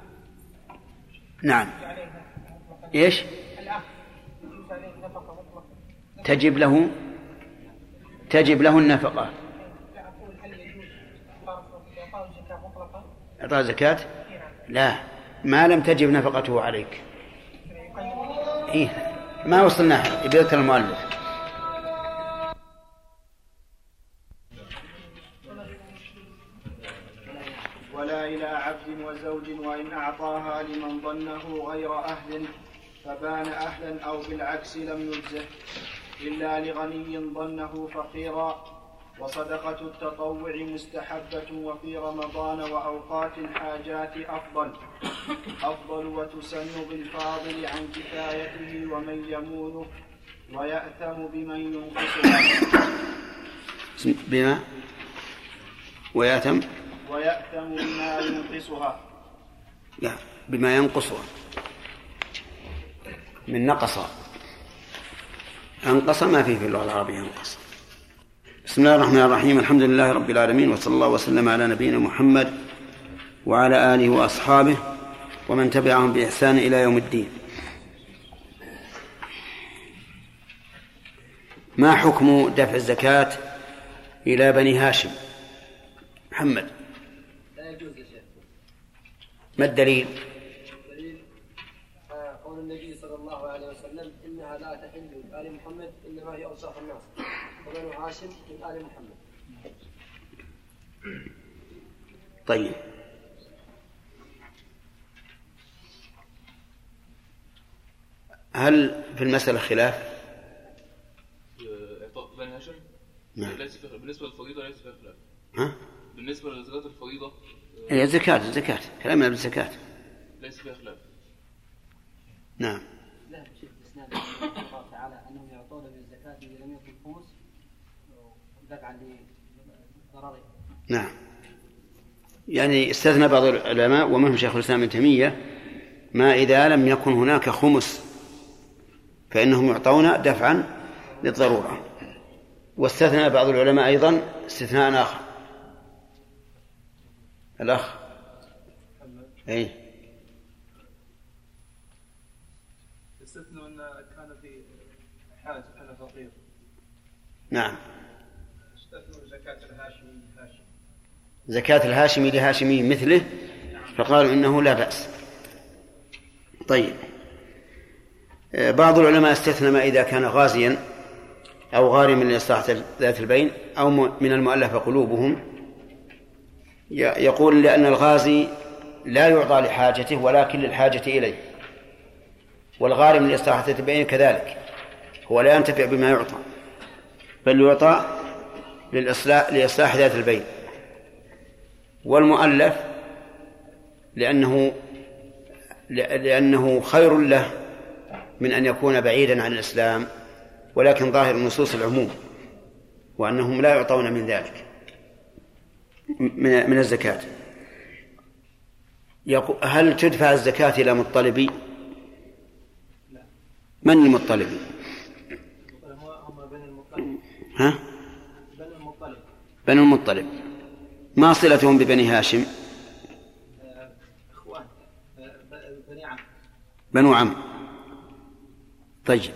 نعم. إيش؟ الأخ يجوز عليه نفقة مطلقة. تجب له النفقة. لا أقول هل يجوز إعطاء زكاة مطلقة؟ إعطاء زكاة؟ لا، ما لم تجب نفقته عليك. إيه ما وصلنا يذكر المؤلف. ولا إلى عبد وزوج وإن أعطاها لمن ظنه غير أهل فبان أهلا أو بالعكس لم يجزه إلا لغني ظنه فقيرا. وصدقة التطوع مستحبة وفي رمضان وأوقات الحاجات أفضل وتسن بالفاضل عن كفايته ومن يمونه ويأثم بمن ينقصها. بما ويأثم بما ينقصها. بما ينقصها من نقص أنقص ما فيه في اللغة العربية ينقص. بسم الله الرحمن الرحيم. الحمد لله رب العالمين، وصلى الله وسلم على نبينا محمد وعلى آله وأصحابه ومن تبعهم بإحسان إلى يوم الدين. ما حكم دفع الزكاة إلى بني هاشم؟ محمد. لا يجوز يا شيخ. ما الدليل؟ الدليل قول النبي صلى الله عليه وسلم إنها لا تحل لآل محمد إنما هي أوساخ الناس، وبنو هاشم من آل محمد. طيب هل في المسألة خلاف؟ إعطاء بني هاشم؟ نعم. ليس في بالنسبة للفريضة ليس فيها خلاف. ها؟ بالنسبة لزكاة الفريضة هي الزكاة كلامنا بالزكاة ليس فيها خلاف. نعم. لا شيخ الإسلام الله تعالى أنهم يعطون من الزكاة إذا لم يكن خمس دفعا لضرره. نعم. يعني استثنى بعض العلماء ومنهم شيخ الإسلام ابن تيمية ما إذا لم يكن هناك خمس فإنهم يعطون دفعا للضرورة. واستثنى بعض العلماء أيضا استثناء آخر. الأخ أي استثنوا أن كان في حاج كان فقير. نعم. استثنوا زكاة الهاشمي لهاشم. زكاة الهاشمي لهاشمي مثله فقالوا إنه لا بأس. طيب بعض العلماء استثنى ما إذا كان غازيا أو غارما لإصلاح ذات البين أو من المؤلفة قلوبهم. يقول لأن الغازي لا يعطى لحاجته ولكن للحاجة إليه، والغارم لإصلاح ذات البين كذلك هو لا ينتفع بما يعطى بل يعطى لإصلاح ذات البين. والمؤلف لأنه خير له من أن يكون بعيدا عن الإسلام، ولكن ظاهر النصوص العموم وأنهم لا يعطون من ذلك من الزكاة. هل تدفع الزكاة إلى مطلبي؟ من المطلبي؟ ها؟ بنو المطلب. ما صلتهم ببني هاشم؟ بنو عم. طيب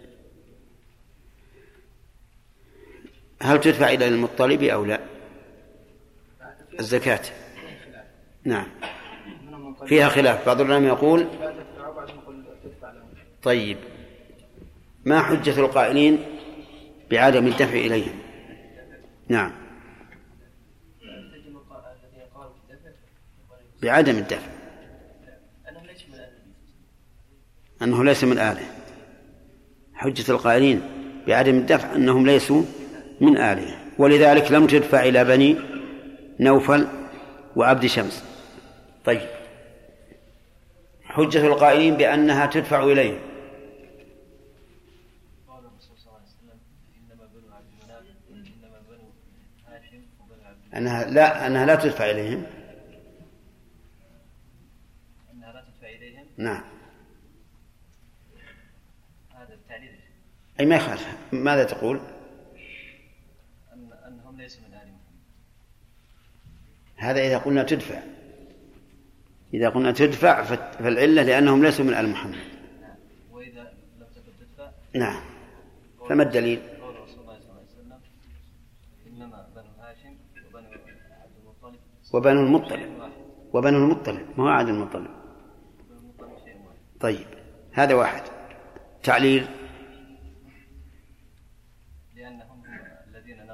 هل تدفع إلى المطلب أو لا الزكاة؟ نعم فيها خلاف. بعض العلماء يقول. طيب ما حجة القائلين بعدم الدفع إليهم؟ نعم بعدم الدفع أنه ليس من آله. حجة القائلين بعدم الدفع أنهم ليسوا من آله، ولذلك لم تدفع إلى بني نوفل وعبد شمس. طيب حجة القائلين بأنها تدفع إليهم. أنها لا تدفع إليهم. نعم أي ما يخالف. ماذا تقول؟ أنهم ليسوا من آل محمد. هذا إذا قلنا تدفع. إذا قلنا تدفع فالعلة لأنهم ليسوا من آل محمد. وإذا لم تكن تدفع. نعم فما الدليل؟ قول رسول الله صلى الله عليه وسلم إنما بنو هاشم وبنو عبد المطلب وبنو المطلب ما هو عبد المطلب. طيب هذا واحد. تعليل لأنهم الذين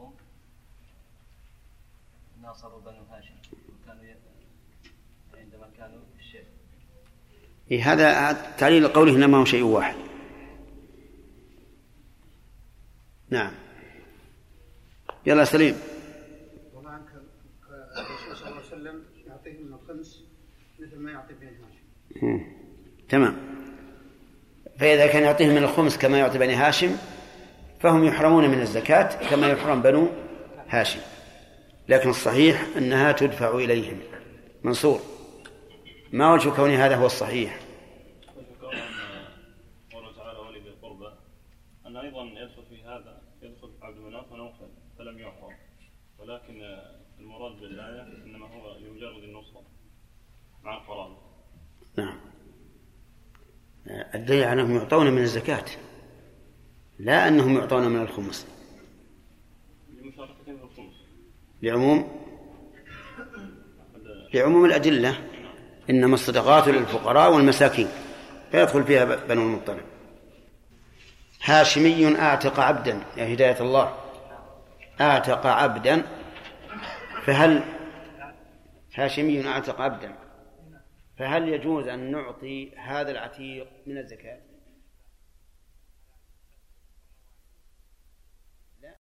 ناصروا بنو هاشم وكانوا عندما كانوا الشيخ. هذا تعليل قوله إنما هو شيء واحد. نعم يلا سليم. والله عنك الرسول صلى الله عليه وسلم يعطيهم من الخمس مثل ما يعطي بني هاشم. تمام. فإذا كان يعطيهم من الخمس كما يعطي بني هاشم فهم يحرمون من الزكاة كما يحرم بنو هاشم، لكن الصحيح أنها تدفع إليهم. منصور ما وجه كون هذا هو الصحيح؟ قوله تعالى ولي ذي القربى أن أيضا يدخل في هذا يدخل عبد مناف ونوفل فلم يعطى، ولكن المراد بالآية إنما هو لمجرد النصرة مع القرابة. نعم الدليل على أنهم يعطون من الزكاة لا أنهم يعطون من الخمس لعموم الأدلة. إنما الصدقات للفقراء والمساكين فيدخل فيها بنو المطلب. هاشمي أعتق عبدا يا هداية الله أعتق عبدا، فهل هاشمي أعتق عبدا فهل يجوز أن نعطي هذا العتيق من الزكاة؟